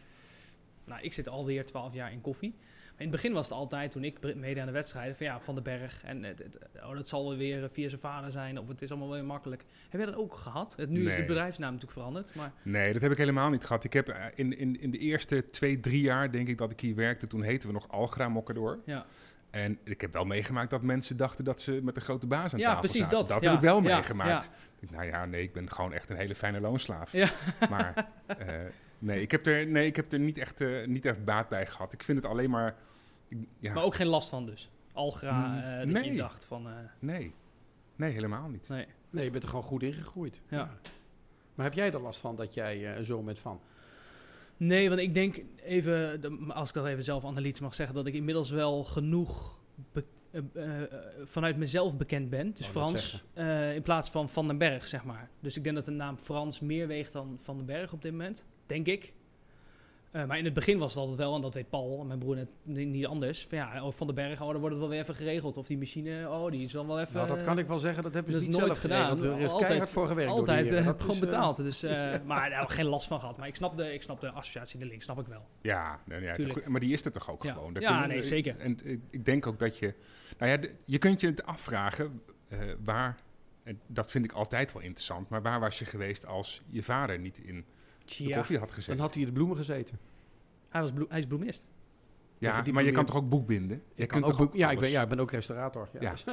nou, ik zit alweer twaalf jaar in koffie. Maar in het begin was het altijd, toen ik meedeed aan de wedstrijden, van ja, Van den Berg. En het, het, oh, dat zal wel weer via zijn vader zijn, of het is allemaal weer makkelijk. Heb jij dat ook gehad? Het, nu is de Nee. bedrijfsnaam natuurlijk veranderd, maar... Nee, dat heb ik helemaal niet gehad. Ik heb uh, in, in, in de eerste twee, drie jaar, denk ik, dat ik hier werkte, toen heten we nog Algra Mokkadoor. Ja. En ik heb wel meegemaakt dat mensen dachten dat ze met een grote baas aan Ja, tafel precies zaten. dat. Dat Ja, heb ik wel ja, meegemaakt. ja. Ik, nou ja, nee, ik ben gewoon echt een hele fijne loonslaaf. Ja. Maar uh, nee, ik heb er, nee, ik heb er niet, echt, uh, niet echt baat bij gehad. Ik vind het alleen maar... Ik, ja, Maar ook geen last van dus? Algra, Mm, uh, dat nee. je dacht van... Uh, nee. Nee, helemaal niet. nee. Nee, je bent er gewoon goed ingegroeid. Ja. Maar heb jij er last van dat jij uh, een zoon bent van? Nee, want ik denk even, de- als ik dat even zelf analytisch mag zeggen, dat ik inmiddels wel genoeg be- uh, uh, uh, vanuit mezelf bekend ben. Dus Oh, dat Frans, uh, in plaats van Van den Berg, zeg maar. Dus ik denk dat de naam Frans meer weegt dan Van den Berg op dit moment, denk ik. Uh, maar in het begin was het altijd wel, en dat weet Paul, mijn broer net niet niet anders. Van ja, oh, Van den Berg, oh, dan wordt het wel weer even geregeld. Of die machine, oh, die is dan wel even... Nou, dat kan ik wel zeggen. Dat hebben ze dat niet is nooit zelf gedaan. geregeld. Er is Altijd- keihard voor gewerkt door Altijd die heren. uh, Dat gewoon is, uh, betaald. Dus, uh, maar daar heb ik geen last van gehad. Maar ik snap de, ik snap de associatie in de link, snap ik wel. Ja, nee, nee, Tuurlijk. goed, maar die is er toch ook Ja. gewoon. Daar Ja, kun- nee, zeker. En ik, ik denk ook dat je... Nou ja, de- je kunt je het afvragen uh, waar... En dat vind ik altijd wel interessant. Maar waar was je geweest als je vader niet in de Tja, koffie had gezeten? Dan had hij in de bloemen gezeten. hij, was bloe- hij is bloemist. ja, die maar je kan probeert- toch ook boekbinden? Je, Je kunt kan toch ook, ook ja, ik ben, alles- ja, ik ben ook restaurator. Ja. Ja. Dus-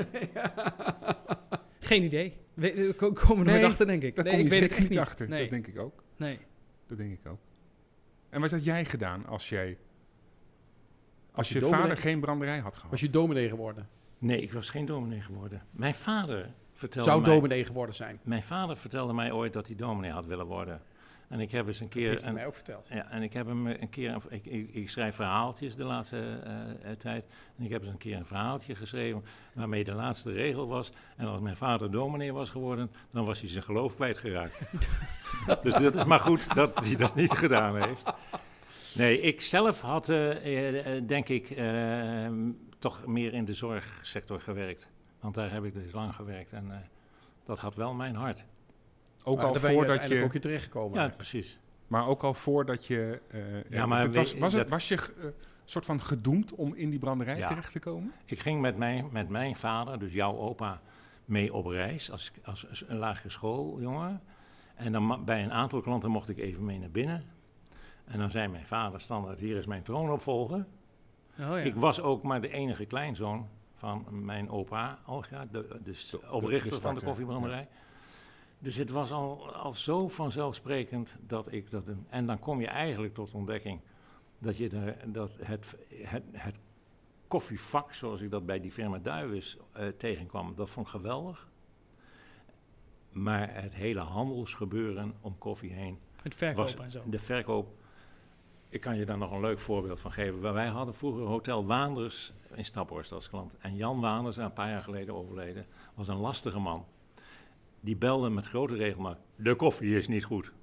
Geen idee. We, we ko- komen we Nee, nooit achter, denk ik. Daar nee, kom je ik weet het zeker echt niet niet. achter. Nee, Dat denk ik ook. nee. Dat denk ik ook. En wat had jij gedaan als jij... Als je je dominee- vader geen branderij had gehad? Was je dominee geworden? Nee, ik was geen dominee geworden. Mijn vader vertelde Zou mij... dominee geworden zijn? Mijn vader vertelde mij ooit dat hij dominee had willen worden. En ik heb eens een Dat keer... heeft hij een- mij ook verteld. Ja, en ik heb hem een keer, ik, ik, ik schrijf verhaaltjes de laatste uh, uh, tijd. En ik heb eens een keer een verhaaltje geschreven waarmee de laatste regel was. En als mijn vader dominee was geworden, dan was hij zijn geloof kwijtgeraakt. Dus dat is maar goed dat hij dat niet gedaan heeft. Nee, ik zelf had, uh, uh, denk ik, uh, toch meer in de zorgsector gewerkt. Want daar heb ik dus lang gewerkt en uh, dat had wel mijn hart. Ook Maar al daar ben je voordat uiteindelijk je... ook in terechtgekomen. Ja, precies. Maar ook al voordat je... Uh, Ja, maar het was, we- was, het, dat- was je uh, soort van gedoemd om in die branderij Ja. terecht te komen? Ik ging met mijn, met mijn vader, dus jouw opa, mee op reis als, als een lagere schooljongen. En dan ma- bij een aantal klanten mocht ik even mee naar binnen. En dan zei mijn vader standaard, hier is mijn troonopvolger. Oh, ja. Ik was ook maar de enige kleinzoon van mijn opa, Alga, de, dus De- de oprichter van de starter, koffiebranderij. Dus het was al, al zo vanzelfsprekend dat ik dat... En dan kom je eigenlijk tot ontdekking dat, je er, dat het, het, het koffievak, zoals ik dat bij die firma Duiwes uh, tegenkwam, dat vond ik geweldig. Maar het hele handelsgebeuren om koffie heen, Het verkoop was en zo. de verkoop... Ik kan je daar nog een leuk voorbeeld van geven. Wij hadden vroeger Hotel Waanders in Staphorst als klant. En Jan Waanders, een paar jaar geleden overleden, was een lastige man. Die belde met grote regelmaat, de koffie is niet goed.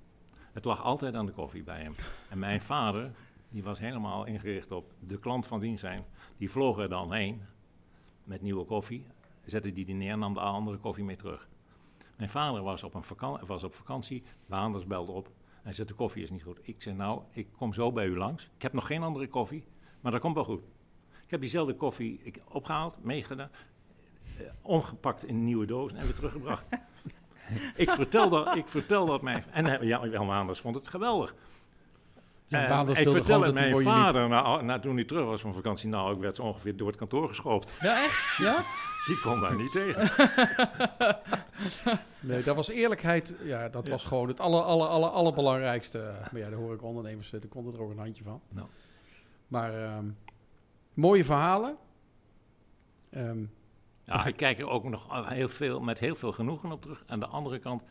Het lag altijd aan de koffie bij hem. En mijn vader, die was helemaal ingericht op de klant van dienst zijn. Die vloog er dan heen met nieuwe koffie, zette die die neer en nam de andere koffie mee terug. Mijn vader was op, een vakantie, was op vakantie, Baanders belde op. Hij zei, de koffie is niet goed. Ik zei, nou, ik kom zo bij u langs. Ik heb nog geen andere koffie, maar dat komt wel goed. Ik heb diezelfde koffie ik, opgehaald, meegedaan, eh, omgepakt in een nieuwe doos en weer teruggebracht. ik, vertel dat, ik vertel dat mijn... En uh, ja, Jan Baanders vond het geweldig. Ja, Uh, Baanders ik wilde vertelde gewoon dat hij mijn voor je vader, nou, nou, toen hij terug was van vakantie, nou, ik werd zo ongeveer door het kantoor geschoopt. Ja, echt? Ja? Die kon daar niet tegen. Nee, dat was eerlijkheid. Ja, dat Ja. was gewoon het aller, aller, aller, allerbelangrijkste. Maar ja, daar hoor ik ondernemers, die konden er ook een handje van. Nou. Maar ehm, mooie verhalen. Ehm, Ja, ik kijk er ook nog heel veel, met heel veel genoegen op terug. Aan de andere kant,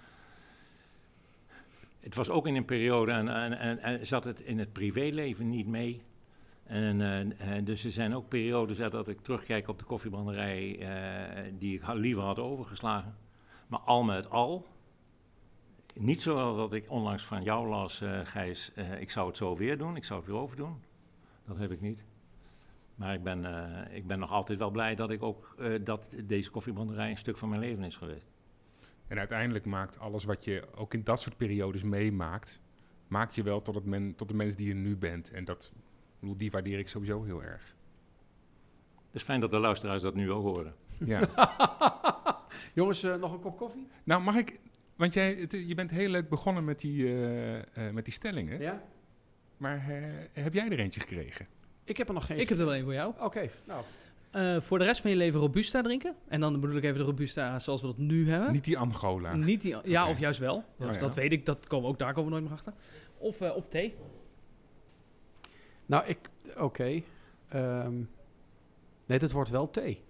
het was ook in een periode en, en, en, en zat het in het privéleven niet mee. En, uh, en dus er zijn ook periodes dat ik terugkijk op de koffiebranderij uh, die ik ha- liever had overgeslagen. Maar al met al, niet zoals dat ik onlangs van jou las, uh, Gijs, uh, ik zou het zo weer doen, ik zou het weer overdoen. Dat heb ik niet. Maar ik ben, uh, ik ben nog altijd wel blij dat ik ook uh, dat deze koffiebranderij een stuk van mijn leven is geweest. En uiteindelijk maakt alles wat je ook in dat soort periodes meemaakt, maakt je wel tot, het men, tot de mens die je nu bent. En dat, ik bedoel, die waardeer ik sowieso heel erg. Het is fijn dat de luisteraars dat nu ook horen. Ja. Jongens, uh, nog een kop koffie? Nou, mag ik, want jij, het, je bent heel leuk begonnen met die, uh, uh, met die stellingen. Ja? Maar uh, heb jij er eentje gekregen? Ik heb er nog geen. Ik heb er wel één voor jou. Oké, nou. Uh, voor de rest van je leven Robusta drinken. En dan bedoel ik even de Robusta zoals we dat nu hebben. Niet die Angola. Niet die, ja, Oké. of juist wel. Dat, Oh, ja. dat weet ik, dat komen we ook, daar komen we nooit meer achter. Of, uh, of thee. Nou, ik... Oké. Okay. Um, nee, dat wordt wel thee.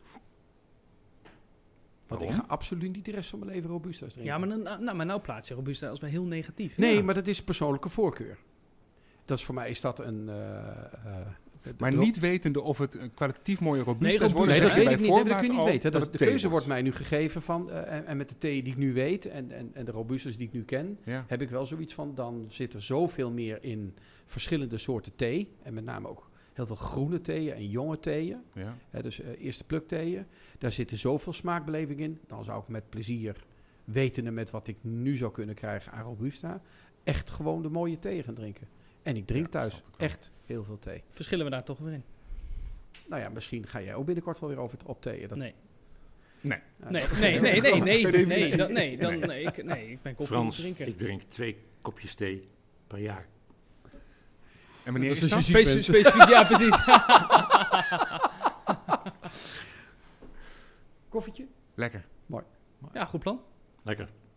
Want ik Waarom? ga absoluut niet de rest van mijn leven Robusta's drinken. Ja, maar, dan, nou, maar nou plaats je Robusta als wel heel negatief. Nee, Ja. maar dat is persoonlijke voorkeur. Dat is voor mij is dat een... Uh, uh, de, Maar de, niet wetende of het een kwalitatief mooie robuusta Nee, is, robuusta. worden Nee, dat zeg je weet ik bij niet. Nee, dat kun je niet voorbaat weten. al Dat, de het thee keuze wordt mij nu gegeven van... Uh, en, en met de thee die ik nu weet en, en, en de Robustas die ik nu ken... Ja. heb ik wel zoiets van... dan zit er zoveel meer in verschillende soorten thee. En met name ook heel veel groene theeën en jonge theeën. Ja. Hè, dus uh, eerste pluktheeën. Daar zitten zoveel smaakbeleving in. Dan zou ik met plezier, wetende met wat ik nu zou kunnen krijgen aan Robusta... echt gewoon de mooie thee gaan drinken. En ik drink Ja, thuis snap ik wel. echt heel veel thee. Verschillen we daar toch weer in? Nou ja, misschien ga jij ook binnenkort wel weer over het op thee. Dat, Nee. Nee. Ja, Nee, dat is nee, nee, nee, gewoon nee, per nee, definitie. dat- nee, dan, nee, ik, nee, ik ben koffie Frans, drinker. ik drink twee kopjes thee per jaar. En wanneer Dat is is dat? als je ziek Speci- bent. specifiek, ja, precies. Koffietje? Lekker. Ja, goed plan. Lekker.